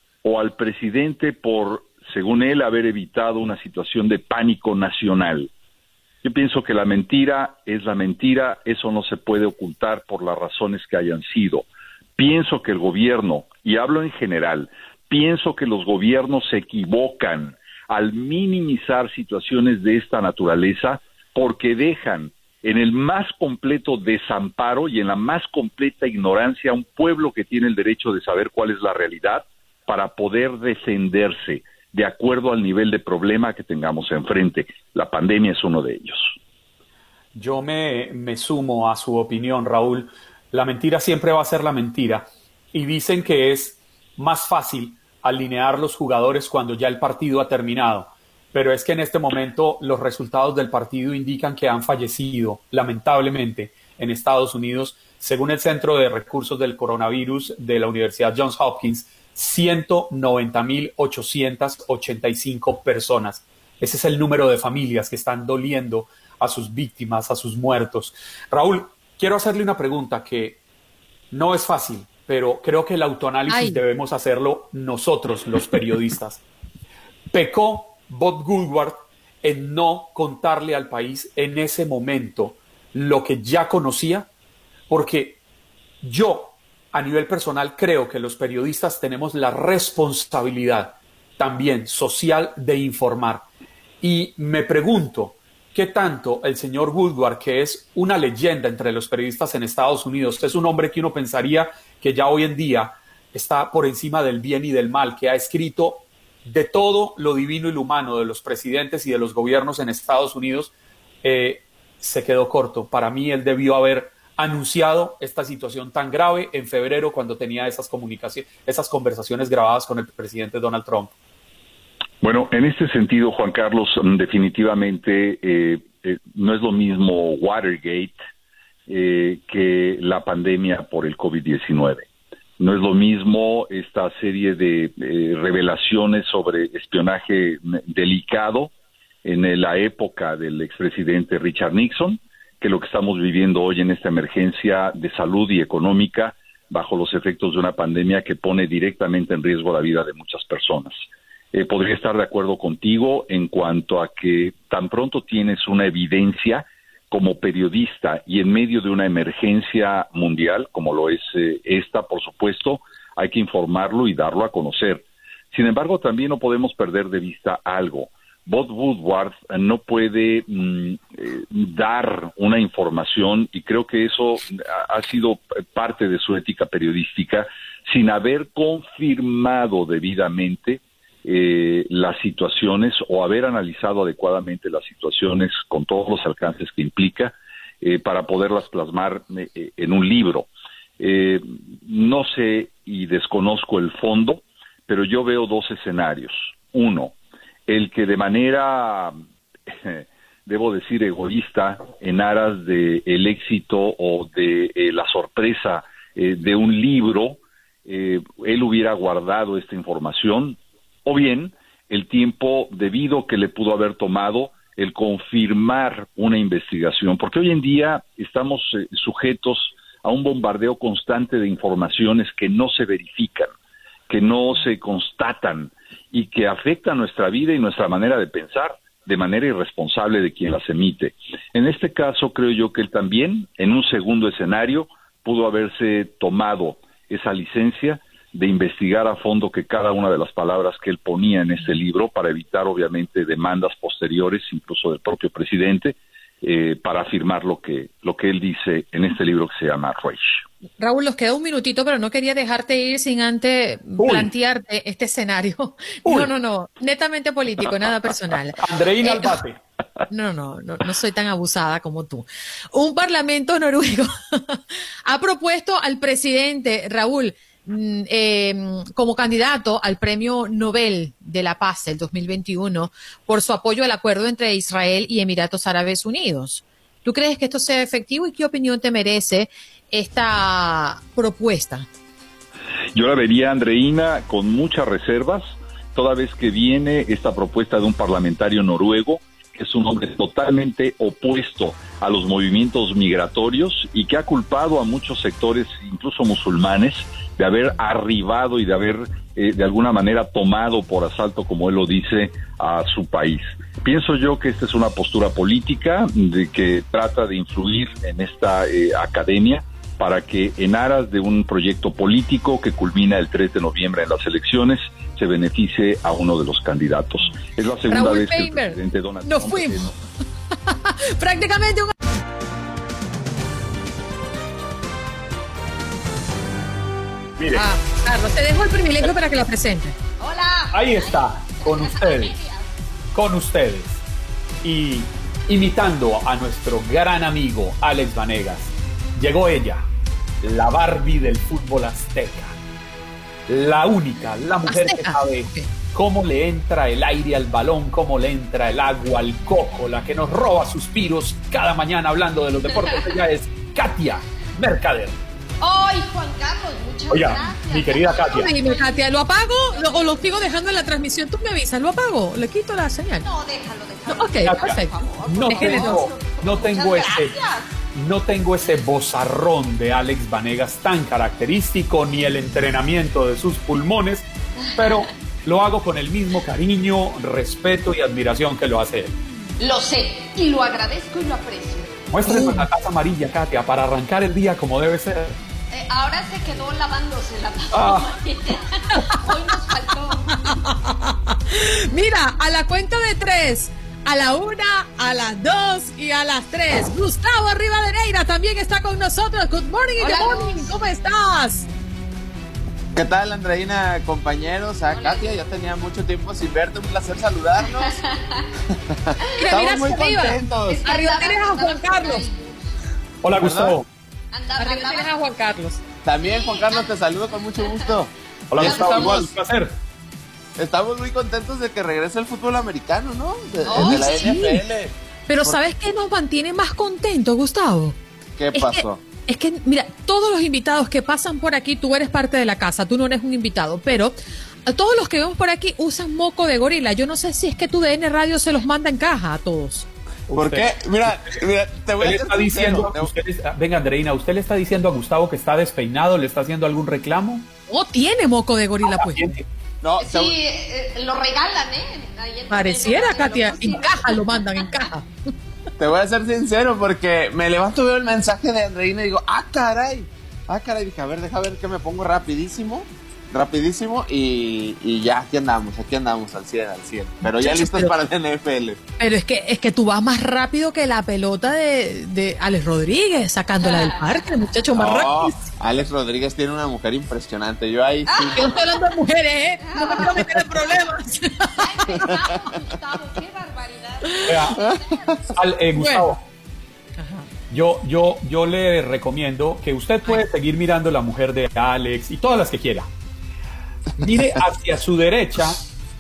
o al presidente por, según él, haber evitado una situación de pánico nacional? Yo pienso que la mentira es la mentira, eso no se puede ocultar por las razones que hayan sido. Pienso que el gobierno, y hablo en general, pienso que los gobiernos se equivocan al minimizar situaciones de esta naturaleza, porque dejan en el más completo desamparo y en la más completa ignorancia a un pueblo que tiene el derecho de saber cuál es la realidad para poder defenderse de acuerdo al nivel de problema que tengamos enfrente. La pandemia es uno de ellos. Yo me, me sumo a su opinión, Raúl. La mentira siempre va a ser la mentira. Y dicen que es más fácil alinear los jugadores cuando ya el partido ha terminado. Pero es que en este momento los resultados del partido indican que han fallecido, lamentablemente, en Estados Unidos, según el Centro de Recursos del Coronavirus de la Universidad Johns Hopkins, ciento noventa mil ochocientas ochenta y cinco personas. Ese es el número de familias que están doliendo a sus víctimas, a sus muertos. Raúl, quiero hacerle una pregunta que no es fácil, pero creo que el autoanálisis Ay. debemos hacerlo nosotros, los periodistas. ¿Pecó Bob Woodward en no contarle al país en ese momento lo que ya conocía? Porque yo, a nivel personal, creo que los periodistas tenemos la responsabilidad también social de informar. Y me pregunto, ¿qué tanto el señor Woodward, que es una leyenda entre los periodistas en Estados Unidos, es un hombre que uno pensaría que ya hoy en día está por encima del bien y del mal, que ha escrito de todo lo divino y lo humano de los presidentes y de los gobiernos en Estados Unidos, eh, se quedó corto? Para mí él debió haber anunciado esta situación tan grave en febrero cuando tenía esas comunicaciones, esas conversaciones grabadas con el presidente Donald Trump? Bueno, en este sentido, Juan Carlos, definitivamente eh, eh, no es lo mismo Watergate eh, que la pandemia por el COVID diecinueve. No es lo mismo esta serie de eh, revelaciones sobre espionaje delicado en la época del expresidente Richard Nixon, que lo que estamos viviendo hoy en esta emergencia de salud y económica bajo los efectos de una pandemia que pone directamente en riesgo la vida de muchas personas. Eh, podría estar de acuerdo contigo en cuanto a que tan pronto tienes una evidencia como periodista y en medio de una emergencia mundial, como lo es eh, esta, por supuesto, hay que informarlo y darlo a conocer. Sin embargo, también no podemos perder de vista algo. Bob Woodward no puede mm, eh, dar una información, y creo que eso ha sido parte de su ética periodística, sin haber confirmado debidamente eh, las situaciones o haber analizado adecuadamente las situaciones con todos los alcances que implica eh, para poderlas plasmar eh, en un libro. Eh, no sé y desconozco el fondo, pero yo veo dos escenarios. Uno, el que de manera, eh, debo decir, egoísta, en aras de el éxito o de eh, la sorpresa eh, de un libro, eh, él hubiera guardado esta información, o bien el tiempo debido que le pudo haber tomado el confirmar una investigación, porque hoy en día estamos eh, sujetos a un bombardeo constante de informaciones que no se verifican, que no se constatan y que afectan nuestra vida y nuestra manera de pensar de manera irresponsable de quien las emite. En este caso, creo yo que él también, en un segundo escenario, pudo haberse tomado esa licencia de investigar a fondo que cada una de las palabras que él ponía en este libro, para evitar obviamente demandas posteriores, incluso del propio presidente, eh, para afirmar lo que, lo que él dice en este libro que se llama Rage. Raúl, nos queda un minutito, pero no quería dejarte ir sin antes Uy. plantearte este escenario. Uy. No, no, no, netamente político, nada personal. Andreina eh, Albate. No, no, no, no soy tan abusada como tú. Un parlamento noruego ha propuesto al presidente, Raúl, eh, como candidato al Premio Nobel de la Paz del dos mil veintiuno por su apoyo al acuerdo entre Israel y Emiratos Árabes Unidos. ¿Tú crees que esto sea efectivo y qué opinión te merece esta propuesta? Yo la vería, Andreina, con muchas reservas, toda vez que viene esta propuesta de un parlamentario noruego, que es un hombre totalmente opuesto a los movimientos migratorios y que ha culpado a muchos sectores, incluso musulmanes, de haber arribado y de haber eh, de alguna manera tomado por asalto, como él lo dice, a su país. Pienso yo que esta es una postura política de que trata de influir en esta eh, academia para que en aras de un proyecto político que culmina el tres de noviembre en las elecciones se beneficie a uno de los candidatos. Es la segunda Raúl vez Pamer. que el presidente Donald Nos Trump... fuimos. No. Prácticamente un... Mire. Ah, Carlos, te dejo el privilegio para que la presente. Hola. Ahí está, con ustedes, con ustedes. Y imitando a nuestro gran amigo Alex Vanegas, llegó ella, la Barbie del fútbol azteca. La única, la mujer azteca. que sabe okay. cómo le entra el aire al balón, cómo le entra el agua al coco, la que nos roba suspiros cada mañana hablando de los deportes. Ella es Katia Mercader. ¡Ay, Juan Carlos! Muchas Oiga, gracias. mi querida Katia. Dime, Katia, ¿lo apago lo, o lo sigo dejando en la transmisión? Tú me avisas, ¿lo apago? ¿Le quito la señal? No, déjalo, déjalo. No, ok, Katia, perfecto. No tengo, no tengo ese, no tengo ese vozarrón de Alex Vanegas tan característico, ni el entrenamiento de sus pulmones, pero lo hago con el mismo cariño, respeto y admiración que lo hace él. Lo sé, y lo agradezco y lo aprecio. Muéstrenos la taza amarilla, Katia, para arrancar el día como debe ser. Eh, ahora se quedó lavándose la taza Ah. amarilla. Hoy nos faltó. Mira, a la cuenta de tres, a la una, a las dos y a las tres. Gustavo Rivadeneira también está con nosotros. Good morning, Hola, good morning. Luz. ¿Cómo estás? ¿Qué tal, Andreina, compañeros? Ah, Katia, ya tenía mucho tiempo sin verte, un placer saludarnos. Mira, Estamos mira muy hacia arriba. contentos. Arriba tienes a Juan Carlos. Hola, Gustavo. Anda, Arriba andaba- tienes a Juan Carlos. También, Juan Carlos, te saludo con mucho gusto. Hola, Ya Gustavo, estamos- igual, un placer. Estamos muy contentos de que regrese el fútbol americano, ¿no? De, Oh, de la sí. N F L. Pero Por- ¿sabes qué nos mantiene más contentos, Gustavo? ¿Qué Es pasó? que, es que, mira, todos los invitados que pasan por aquí, tú eres parte de la casa, tú no eres un invitado, pero a todos los que vemos por aquí usan moco de gorila. Yo no sé si es que tu D N Radio se los manda en caja a todos. ¿Por Usted- qué? Mira, mira, te voy a Usted le ser está diciendo, sincero. usted le está- venga, Andreina, ¿usted le está diciendo a Gustavo que está despeinado? ¿Le está haciendo algún reclamo? No tiene moco de gorila, pues. No, Sí, eh, lo regalan, ¿eh? Ahí en- Pareciera, en- Katia, lo en caja lo mandan, en caja. te voy a ser sincero porque me levanto, veo el mensaje de Andreina y digo, ah, caray. Ah, caray, dije, a ver, deja ver que me pongo rapidísimo. Rapidísimo y, y ya, aquí andamos, aquí andamos al cien, al cien. Pero ya Muchachos, listos pero- para el N F L. Pero es que es que tú vas más rápido que la pelota de, de Alex Rodríguez, sacándola del parque, el muchacho más No, rápido. Alex Rodríguez tiene una mujer impresionante. Yo ahí sí. Yo estoy hablando de mujeres, ¿eh? No me quiero meter en problemas. Gustavo, qué barbaridad. Vea, al- eh, Gustavo, yo, yo, yo le recomiendo que usted puede seguir mirando La Mujer de Alex y todas las que quiera. Mire hacia su derecha,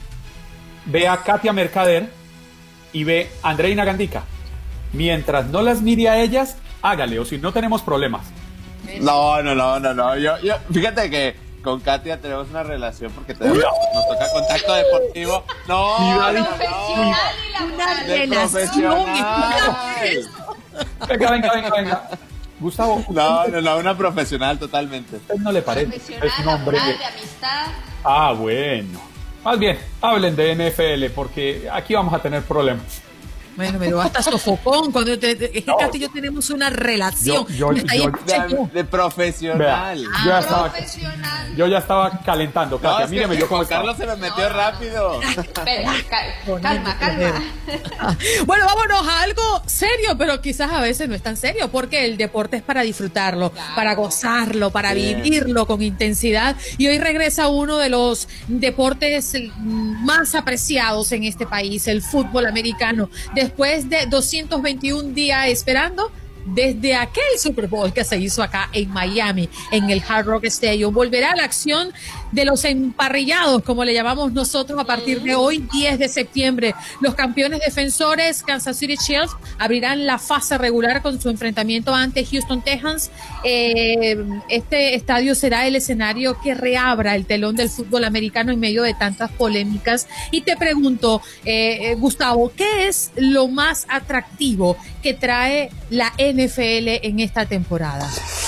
ve a Katia Mercader y ve a Andreina Gandica. Mientras no las mire a ellas, hágale, o si no tenemos problemas. No, no, no, no, no. Yo, yo, fíjate que con Katia tenemos una relación porque tenemos, nos toca contacto deportivo. No, no, no, Profesional y Una laboral. de relación. profesional. Venga, venga, venga, venga. Gustavo, No, no, no, una profesional totalmente. ¿a usted no le parece? Profesional, Es un hombre. laboral, de amistad. Ah, bueno. Más bien, hablen de N F L porque aquí vamos a tener problemas. Bueno, me dio hasta sofocón cuando te, te- es que No. Katy y yo tenemos una relación. Yo- yo- Me está ahí yo- escuchando. De, de profesional. Vea, yo, ya estaba, Profesional. yo ya estaba calentando, No, Katia. es que Míreme yo cómo Juan estaba. Carlos se me metió rápido. Espera, cal- calma, calma. Bueno, vámonos a algo serio, pero quizás a veces no es tan serio, porque el deporte es para disfrutarlo, para gozarlo, para Bien. vivirlo con intensidad. Y hoy regresa uno de los deportes mm, más apreciados en este país, el fútbol americano. Después de doscientos veintiún días esperando, desde aquel Super Bowl que se hizo acá en Miami, en el Hard Rock Stadium, volverá a la acción de los emparrillados, como le llamamos nosotros, a partir de hoy, diez de septiembre. Los campeones defensores Kansas City Chiefs abrirán la fase regular con su enfrentamiento ante Houston Texans. Eh, este estadio será el escenario que reabra el telón del fútbol americano en medio de tantas polémicas. Y te pregunto, eh, Gustavo, ¿qué es lo más atractivo que trae la N F L en esta temporada?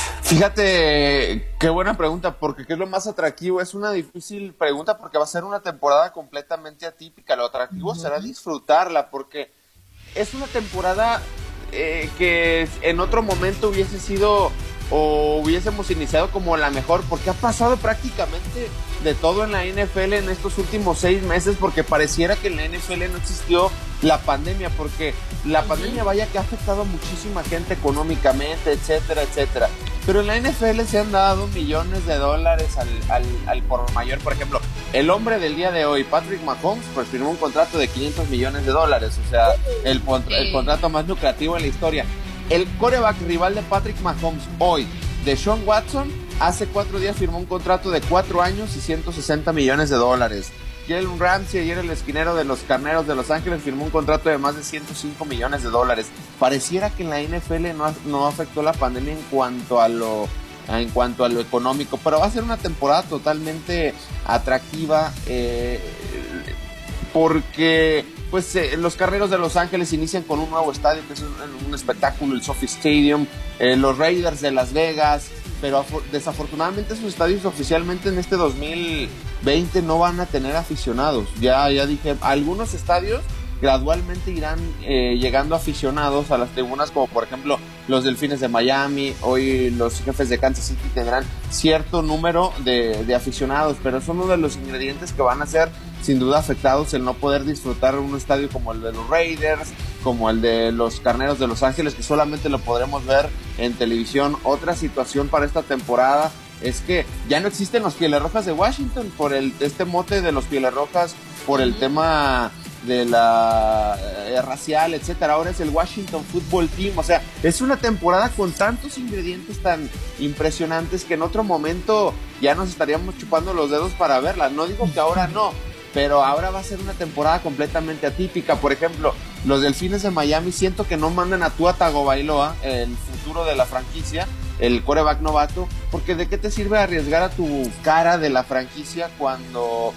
Fíjate, qué buena pregunta, porque ¿qué es lo más atractivo? Es una difícil pregunta porque va a ser una temporada completamente atípica. Lo atractivo será disfrutarla, porque es una temporada eh, que en otro momento hubiese sido o hubiésemos iniciado como la mejor, porque ha pasado prácticamente de todo en la N F L en estos últimos seis meses, porque pareciera que en la N F L no existió la pandemia, porque la pandemia vaya que ha afectado a muchísima gente económicamente, etcétera, etcétera. Pero en la N F L se han dado millones de dólares al, al, al por mayor. Por ejemplo, el hombre del día de hoy, Patrick Mahomes, pues firmó un contrato de quinientos millones de dólares, o sea, el, el contrato más lucrativo en la historia. El quarterback rival de Patrick Mahomes hoy, Deshaun Watson, hace cuatro días firmó un contrato de cuatro años y ciento sesenta millones de dólares. Jalen Ramsey, ayer el esquinero de los Carneros de Los Ángeles, firmó un contrato de más de ciento cinco millones de dólares. Pareciera que en la N F L no, no afectó la pandemia en cuanto a lo en cuanto a lo económico, pero va a ser una temporada totalmente atractiva eh, porque pues eh, los Carneros de Los Ángeles inician con un nuevo estadio que es un, un espectáculo, el SoFi Stadium, eh, los Raiders de Las Vegas, pero desafortunadamente esos estadios oficialmente en este dos mil veinte no van a tener aficionados. Ya, ya dije, algunos estadios gradualmente irán eh, llegando aficionados a las tribunas, como por ejemplo los Delfines de Miami. Hoy los Jefes de Kansas City tendrán cierto número de, de aficionados, pero es uno de los ingredientes que van a ser sin duda afectados el no poder disfrutar un estadio como el de los Raiders, como el de los Carneros de Los Ángeles, que solamente lo podremos ver en televisión. Otra situación para esta temporada es que ya no existen los Pieles Rojas de Washington por el este mote de los Pieles Rojas, por el tema de la eh, racial, etcétera. Ahora es el Washington Football Team. O sea, es una temporada con tantos ingredientes tan impresionantes que en otro momento ya nos estaríamos chupando los dedos para verla. No digo que ahora no, pero ahora va a ser una temporada completamente atípica. Por ejemplo, los Delfines de Miami siento que no mandan a Tua Tagovailoa, el futuro de la franquicia, el quarterback novato, porque ¿de qué te sirve arriesgar a tu cara de la franquicia cuando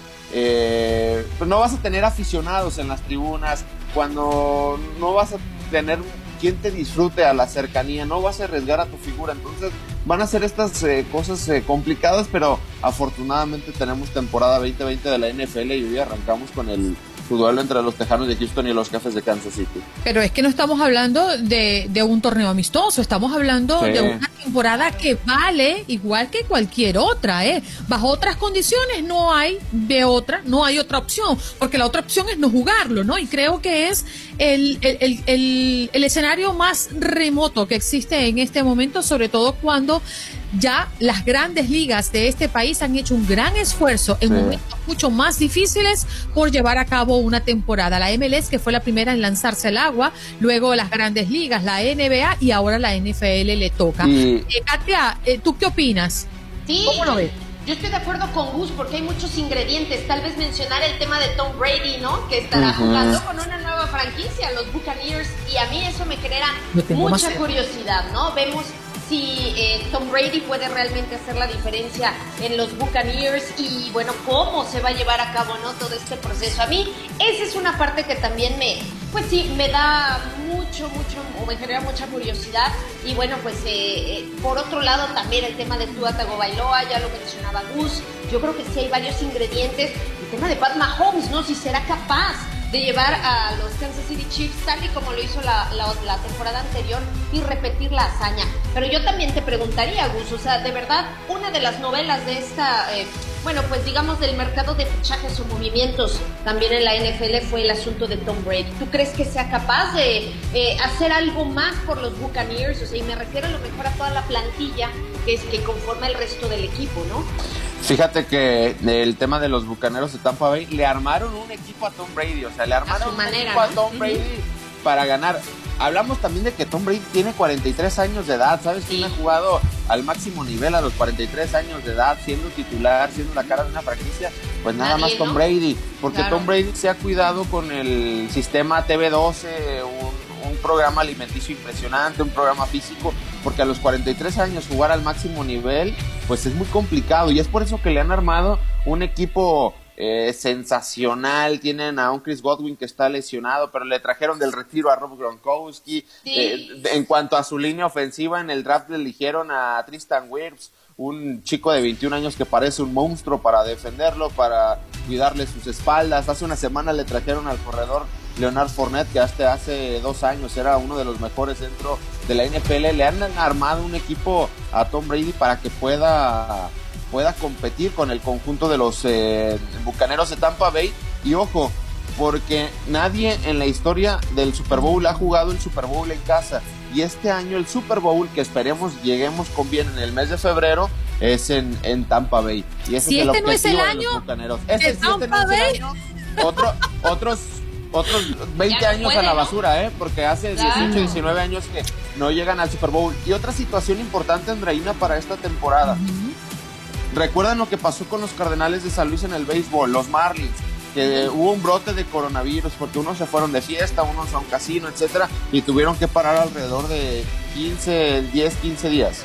eh, pues no vas a tener aficionados en las tribunas, cuando no vas a tener quien te disfrute a la cercanía, no vas a arriesgar a tu figura? Entonces van a ser estas eh, cosas eh, complicadas, pero afortunadamente tenemos temporada veinte veinte de la N F L y hoy arrancamos con el su duelo entre los Tejanos de Houston y los Jefes de Kansas City. Pero es que no estamos hablando de, de un torneo amistoso, estamos hablando sí. de una temporada que vale igual que cualquier otra, ¿eh? Bajo otras condiciones no hay de otra, no hay otra opción, porque la otra opción es no jugarlo, ¿no? Y creo que es el, el, el, el, el escenario más remoto que existe en este momento, sobre todo cuando ya las grandes ligas de este país han hecho un gran esfuerzo en sí. momentos mucho más difíciles por llevar a cabo una temporada. La M L S, que fue la primera en lanzarse al agua, luego las grandes ligas, la N B A y ahora la N F L le toca. Y... Eh, Katia, eh, ¿tú qué opinas? Sí, ¿Cómo lo ves? Yo estoy de acuerdo con Gus porque hay muchos ingredientes. Tal vez mencionar el tema de Tom Brady, ¿no? Que estará uh-huh. jugando con una nueva franquicia, los Buccaneers, y a mí eso me genera mucha curiosidad, ¿no? Vemos si eh, Tom Brady puede realmente hacer la diferencia en los Buccaneers y, bueno, cómo se va a llevar a cabo, ¿no? Todo este proceso. A mí esa es una parte que también me, pues sí, me da mucho, mucho, o me genera mucha curiosidad. Y, bueno, pues eh, eh, por otro lado también el tema de Tua Tagovailoa, ya lo mencionaba Gus. Yo creo que sí hay varios ingredientes. El tema de Pat Mahomes, ¿no? Si será capaz de llevar a los Kansas City Chiefs tal y como lo hizo la, la, la temporada anterior y repetir la hazaña. Pero yo también te preguntaría, Gus, o sea, de verdad, una de las novelas de esta, eh, bueno, pues digamos del mercado de fichajes o movimientos también en la N F L fue el asunto de Tom Brady. ¿Tú crees que sea capaz de eh, hacer algo más por los Buccaneers? O sea, y me refiero a lo mejor a toda la plantilla que es que conforma el resto del equipo, ¿no? Fíjate que el tema de los Bucaneros de Tampa Bay, le armaron un equipo a Tom Brady, o sea, le armaron un manera, equipo ¿no? a Tom Brady uh-huh. para ganar. Hablamos también de que Tom Brady tiene cuarenta y tres años de edad, ¿sabes? Sí. ¿Quién ha jugado al máximo nivel a los cuarenta y tres años de edad, siendo titular, siendo la cara de una franquicia? Pues nada Nadie, más Tom ¿no? Brady, porque claro. Tom Brady se ha cuidado con el sistema T V doce, un, un programa alimenticio impresionante, un programa físico, porque a los cuarenta y tres años jugar al máximo nivel, pues es muy complicado, y es por eso que le han armado un equipo eh, sensacional. Tienen a un Chris Godwin que está lesionado, pero le trajeron del retiro a Rob Gronkowski. Sí. Eh, en cuanto a su línea ofensiva, en el draft le eligieron a Tristan Wirfs, un chico de veintiún años que parece un monstruo para defenderlo, para cuidarle sus espaldas. Hace una semana le trajeron al corredor Leonard Fournette, que hasta hace dos años era uno de los mejores dentro de la N F L. Le han armado un equipo a Tom Brady para que pueda, pueda competir con el conjunto de los eh, Bucaneros de Tampa Bay. Y ojo, porque nadie en la historia del Super Bowl ha jugado el Super Bowl en casa. Y este año el Super Bowl, que esperemos lleguemos con bien en el mes de febrero, es en, en Tampa Bay. Y ese si es el este no es el de año los Bucaneros. de Ese, Tampa si este no es Bay. el año, otro, otros... Otros veinte años puede, a la basura, ¿no? ¿eh? Porque hace claro. dieciocho, diecinueve años que no llegan al Super Bowl. Y otra situación importante, Andreina, para esta temporada. Uh-huh. ¿Recuerdan lo que pasó con los Cardenales de San Luis en el béisbol? Los Marlins, que uh-huh. hubo un brote de coronavirus porque unos se fueron de fiesta, unos a un casino, etcétera, y tuvieron que parar alrededor de quince, diez, quince días.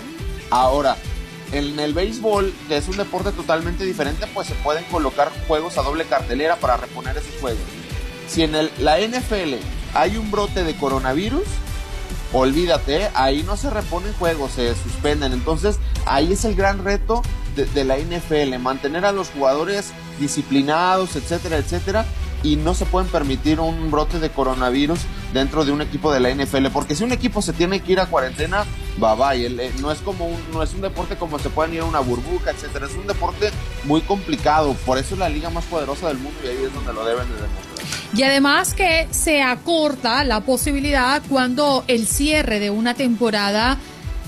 Ahora, en el béisbol, que es un deporte totalmente diferente, pues se pueden colocar juegos a doble cartelera para reponer esos juegos. Si en el, la N F L hay un brote de coronavirus, olvídate, ahí no se reponen juegos, se suspenden. Entonces ahí es el gran reto de, de la N F L, mantener a los jugadores disciplinados, etcétera, etcétera, y no se pueden permitir un brote de coronavirus dentro de un equipo de la N F L, porque si un equipo se tiene que ir a cuarentena, bye bye. El, no es como un, no es un deporte como se pueden ir a una burbuja, etcétera. Es un deporte muy complicado, por eso es la liga más poderosa del mundo y ahí es donde lo deben de demostrar. Y además que se acorta la posibilidad cuando el cierre de una temporada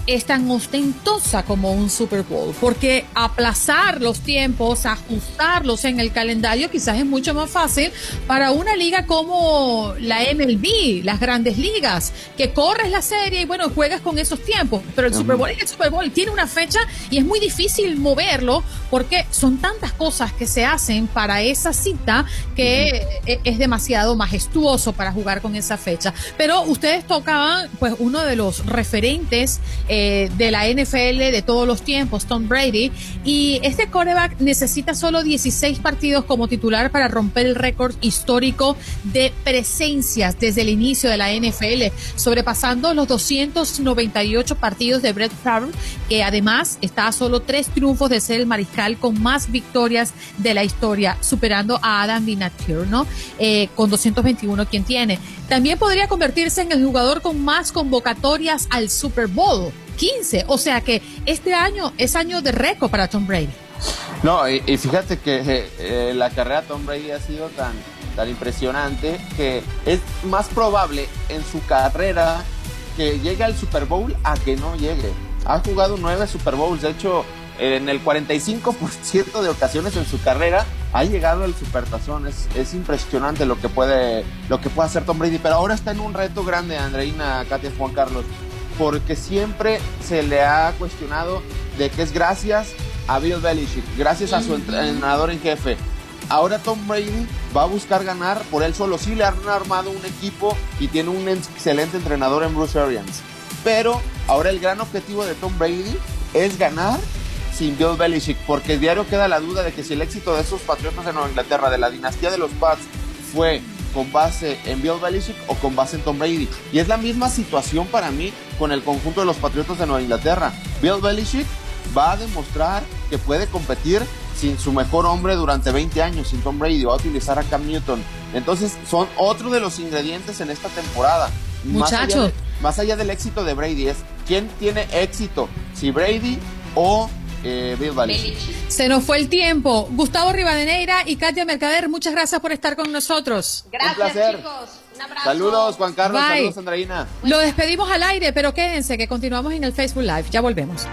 es tan ostentosa como un Super Bowl, porque aplazar los tiempos, ajustarlos en el calendario quizás es mucho más fácil para una liga como la M L B, las grandes ligas, que corres la serie y bueno, juegas con esos tiempos, pero el Super Bowl es el Super Bowl, tiene una fecha y es muy difícil moverlo porque son tantas cosas que se hacen para esa cita que uh-huh. es demasiado majestuoso para jugar con esa fecha. Pero ustedes tocaban pues uno de los referentes eh, de la N F L de todos los tiempos, Tom Brady, y este quarterback necesita solo dieciséis partidos como titular para romper el récord histórico de presencias desde el inicio de la N F L, sobrepasando los doscientos noventa y ocho partidos de Brett Favre, que además está a solo tres triunfos de ser el mariscal con más victorias de la historia, superando a Adam Vinatier, ¿no? Eh, con doscientos veintiuno quien tiene. También podría convertirse en el jugador con más convocatorias al Super Bowl, quince, o sea que este año es año de récord para Tom Brady. No, y, y fíjate que eh, eh, la carrera de Tom Brady ha sido tan, tan impresionante que es más probable en su carrera que llegue al Super Bowl a que no llegue. Ha jugado nueve Super Bowls, de hecho en el cuarenta y cinco por ciento de ocasiones en su carrera ha llegado al Supertazón. Es, es impresionante lo que puede lo que puede hacer Tom Brady, pero ahora está en un reto grande, Andreina, Katia, Juan Carlos, porque siempre se le ha cuestionado de que es gracias a Bill Belichick, gracias a su entrenador en jefe. Ahora Tom Brady va a buscar ganar por él solo. Sí le han armado un equipo y tiene un excelente entrenador en Bruce Arians, pero ahora el gran objetivo de Tom Brady es ganar sin Bill Belichick, porque diario queda la duda de que si el éxito de esos Patriotas de Nueva Inglaterra, de la dinastía de los Pats, fue con base en Bill Belichick o con base en Tom Brady. Y es la misma situación para mí con el conjunto de los Patriotas de Nueva Inglaterra. Bill Belichick va a demostrar que puede competir sin su mejor hombre durante veinte años, sin Tom Brady, va a utilizar a Cam Newton. Entonces son otro de los ingredientes en esta temporada. Muchachos. Más allá, de, más allá del éxito de Brady, es quién tiene éxito, si Brady o Eh, Bill Belichick. Se nos fue el tiempo. Gustavo Rivadeneira y Katia Mercader, muchas gracias por estar con nosotros. Gracias, chicos. Un abrazo. Saludos, Juan Carlos. Bye. Saludos, Andreina. Lo despedimos al aire, pero quédense que continuamos en el Facebook Live. Ya volvemos.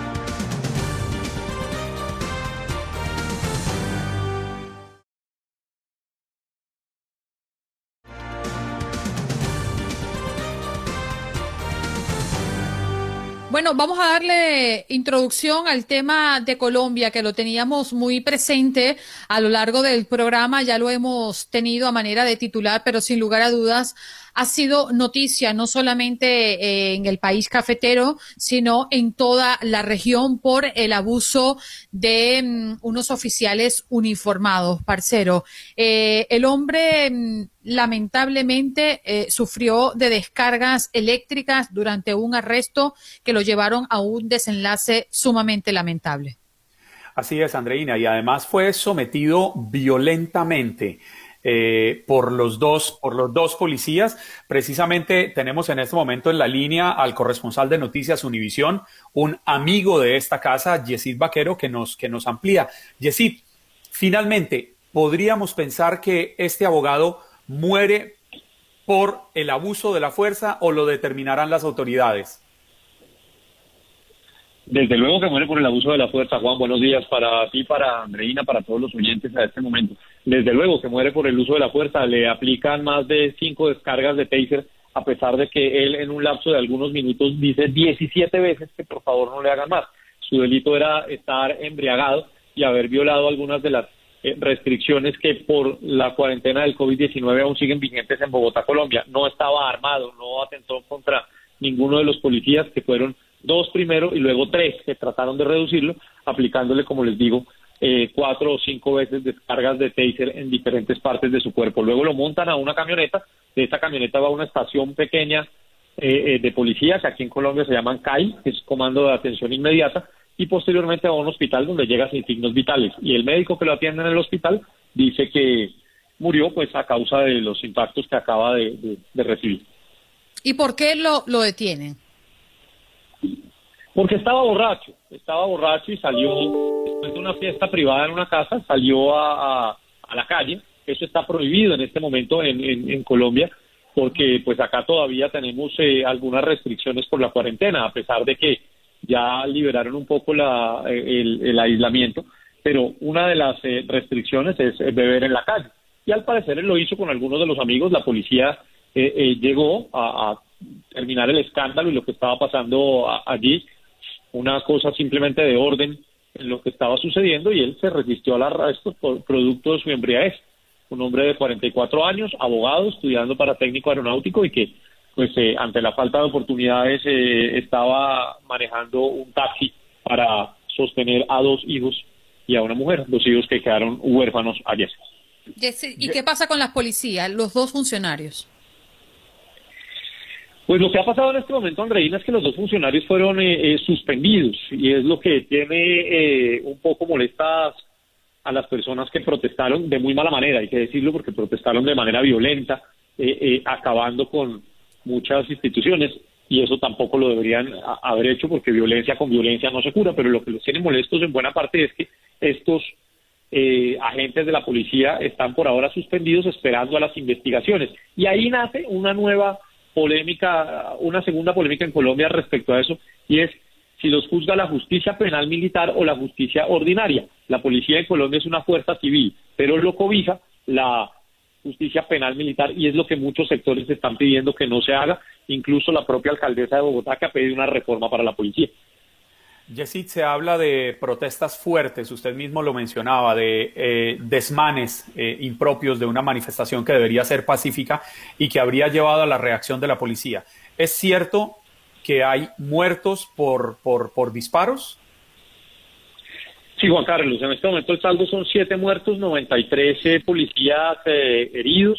Bueno, vamos a darle introducción al tema de Colombia, que lo teníamos muy presente a lo largo del programa, ya lo hemos tenido a manera de titular, pero sin lugar a dudas ha sido noticia no solamente en el país cafetero, sino en toda la región por el abuso de um, unos oficiales uniformados, parcero. Eh, el hombre um, lamentablemente eh, sufrió de descargas eléctricas durante un arresto que lo llevaron a un desenlace sumamente lamentable. Así es, Andreina, y además fue sometido violentamente Eh, por los dos, por los dos policías. Precisamente tenemos en este momento en la línea al corresponsal de Noticias Univisión, un amigo de esta casa, Yesid Vaquero, que nos, que nos amplía. Yesid, finalmente, ¿podríamos pensar que este abogado muere por el abuso de la fuerza o lo determinarán las autoridades? Desde luego que muere por el abuso de la fuerza, Juan. Buenos días para ti, para Andreina, para todos los oyentes a este momento. Desde luego que muere por el uso de la fuerza. Le aplican más de cinco descargas de taser, a pesar de que él en un lapso de algunos minutos dice diecisiete veces que por favor no le hagan más. Su delito era estar embriagado y haber violado algunas de las eh, restricciones que por la cuarentena del COVID diecinueve aún siguen vigentes en Bogotá, Colombia. No estaba armado, no atentó contra ninguno de los policías, que fueron dos primero y luego tres que trataron de reducirlo, aplicándole, como les digo, eh, cuatro o cinco veces descargas de taser en diferentes partes de su cuerpo. Luego lo montan a una camioneta, de esta camioneta va a una estación pequeña eh, eh, de policía, que aquí en Colombia se llaman C A I, que es Comando de Atención Inmediata, y posteriormente va a un hospital donde llega sin signos vitales. Y el médico que lo atiende en el hospital dice que murió pues a causa de los impactos que acaba de, de, de recibir. ¿Y por qué lo, lo detienen? Porque estaba borracho, estaba borracho y salió después de una fiesta privada en una casa, salió a, a, a la calle. Eso está prohibido en este momento en, en, en Colombia, porque pues acá todavía tenemos eh, algunas restricciones por la cuarentena, a pesar de que ya liberaron un poco la, el, el aislamiento, pero una de las eh, restricciones es eh, beber en la calle. Y al parecer él lo hizo con algunos de los amigos. La policía eh, eh, llegó a, a terminar el escándalo y lo que estaba pasando a, allí, una cosa simplemente de orden en lo que estaba sucediendo, y él se resistió al arresto por producto de su embriaguez. Un hombre de cuarenta y cuatro años, abogado, estudiando para técnico aeronáutico, y que pues eh, ante la falta de oportunidades eh, estaba manejando un taxi para sostener a dos hijos y a una mujer, dos hijos que quedaron huérfanos ayer. ¿Y qué pasa con las policías, los dos funcionarios? Pues lo que ha pasado en este momento, Andreina, es que los dos funcionarios fueron eh, eh, suspendidos, y es lo que tiene eh, un poco molestas a las personas que protestaron de muy mala manera, hay que decirlo, porque protestaron de manera violenta, eh, eh, acabando con muchas instituciones, y eso tampoco lo deberían a, haber hecho, porque violencia con violencia no se cura. Pero lo que los tiene molestos en buena parte es que estos eh, agentes de la policía están por ahora suspendidos esperando a las investigaciones, y ahí nace una nueva polémica, una segunda polémica en Colombia respecto a eso, y es si los juzga la justicia penal militar o la justicia ordinaria. La policía en Colombia es una fuerza civil, pero lo cobija la justicia penal militar, y es lo que muchos sectores están pidiendo que no se haga, incluso la propia alcaldesa de Bogotá, que ha pedido una reforma para la policía. Yesid, se habla de protestas fuertes, usted mismo lo mencionaba, de eh, desmanes eh, impropios de una manifestación que debería ser pacífica y que habría llevado a la reacción de la policía. ¿Es cierto que hay muertos por, por, por disparos? Sí, Juan Carlos, en este momento el saldo son siete muertos, noventa y tres eh, policías eh, heridos,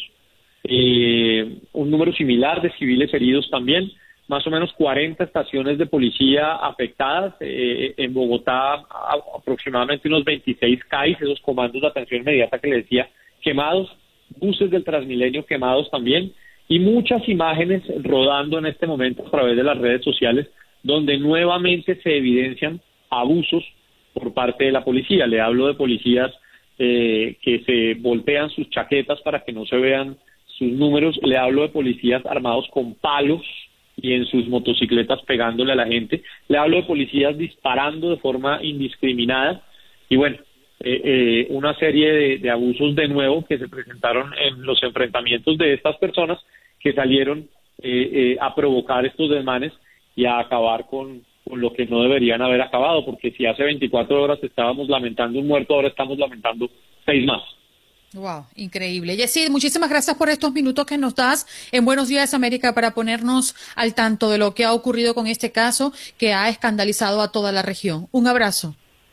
eh, un número similar de civiles heridos también, más o menos cuarenta estaciones de policía afectadas, eh, en Bogotá a, aproximadamente unos veintiséis C A I S, esos comandos de atención inmediata que le decía, quemados, buses del Transmilenio quemados también, y muchas imágenes rodando en este momento a través de las redes sociales, donde nuevamente se evidencian abusos por parte de la policía. Le hablo de policías eh, que se voltean sus chaquetas para que no se vean sus números, le hablo de policías armados con palos y en sus motocicletas pegándole a la gente, le hablo de policías disparando de forma indiscriminada, y bueno, eh, eh, una serie de, de abusos de nuevo que se presentaron en los enfrentamientos de estas personas que salieron eh, eh, a provocar estos desmanes y a acabar con, con lo que no deberían haber acabado, porque si hace veinticuatro horas estábamos lamentando un muerto, ahora estamos lamentando seis más. Wow, increíble. Yesid, muchísimas gracias por estos minutos que nos das en Buenos Días América para ponernos al tanto de lo que ha ocurrido con este caso que ha escandalizado a toda la región. Un abrazo.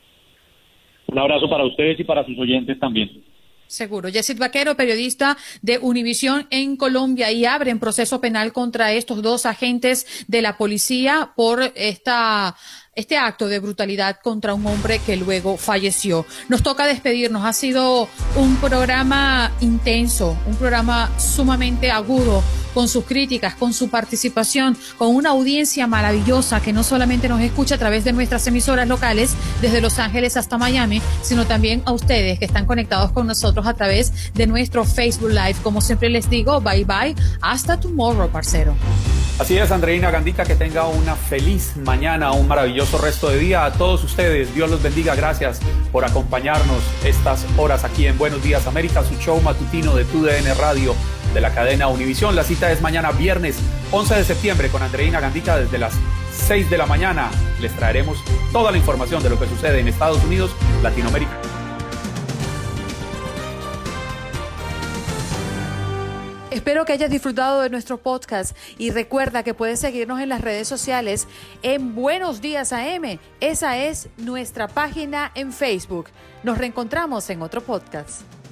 Un abrazo para ustedes y para sus oyentes también. Seguro. Yesid Vaquero, periodista de Univisión en Colombia, y abren proceso penal contra estos dos agentes de la policía por esta este acto de brutalidad contra un hombre que luego falleció. Nos toca despedirnos. Ha sido un programa intenso, un programa sumamente agudo, con sus críticas, con su participación, con una audiencia maravillosa que no solamente nos escucha a través de nuestras emisoras locales, desde Los Ángeles hasta Miami, sino también a ustedes que están conectados con nosotros a través de nuestro Facebook Live. Como siempre les digo, bye bye, hasta tomorrow, parcero. Así es, Andreina Gandica, que tenga una feliz mañana, un maravilloso resto de día. A todos ustedes, Dios los bendiga. Gracias por acompañarnos estas horas aquí en Buenos Días América, su show matutino de T U D N Radio de la cadena Univisión. La cita es mañana viernes once de septiembre con Andreina Gandica desde las seis de la mañana. Les traeremos toda la información de lo que sucede en Estados Unidos, Latinoamérica. Espero que hayas disfrutado de nuestro podcast y recuerda que puedes seguirnos en las redes sociales en Buenos Días A M. Esa es nuestra página en Facebook. Nos reencontramos en otro podcast.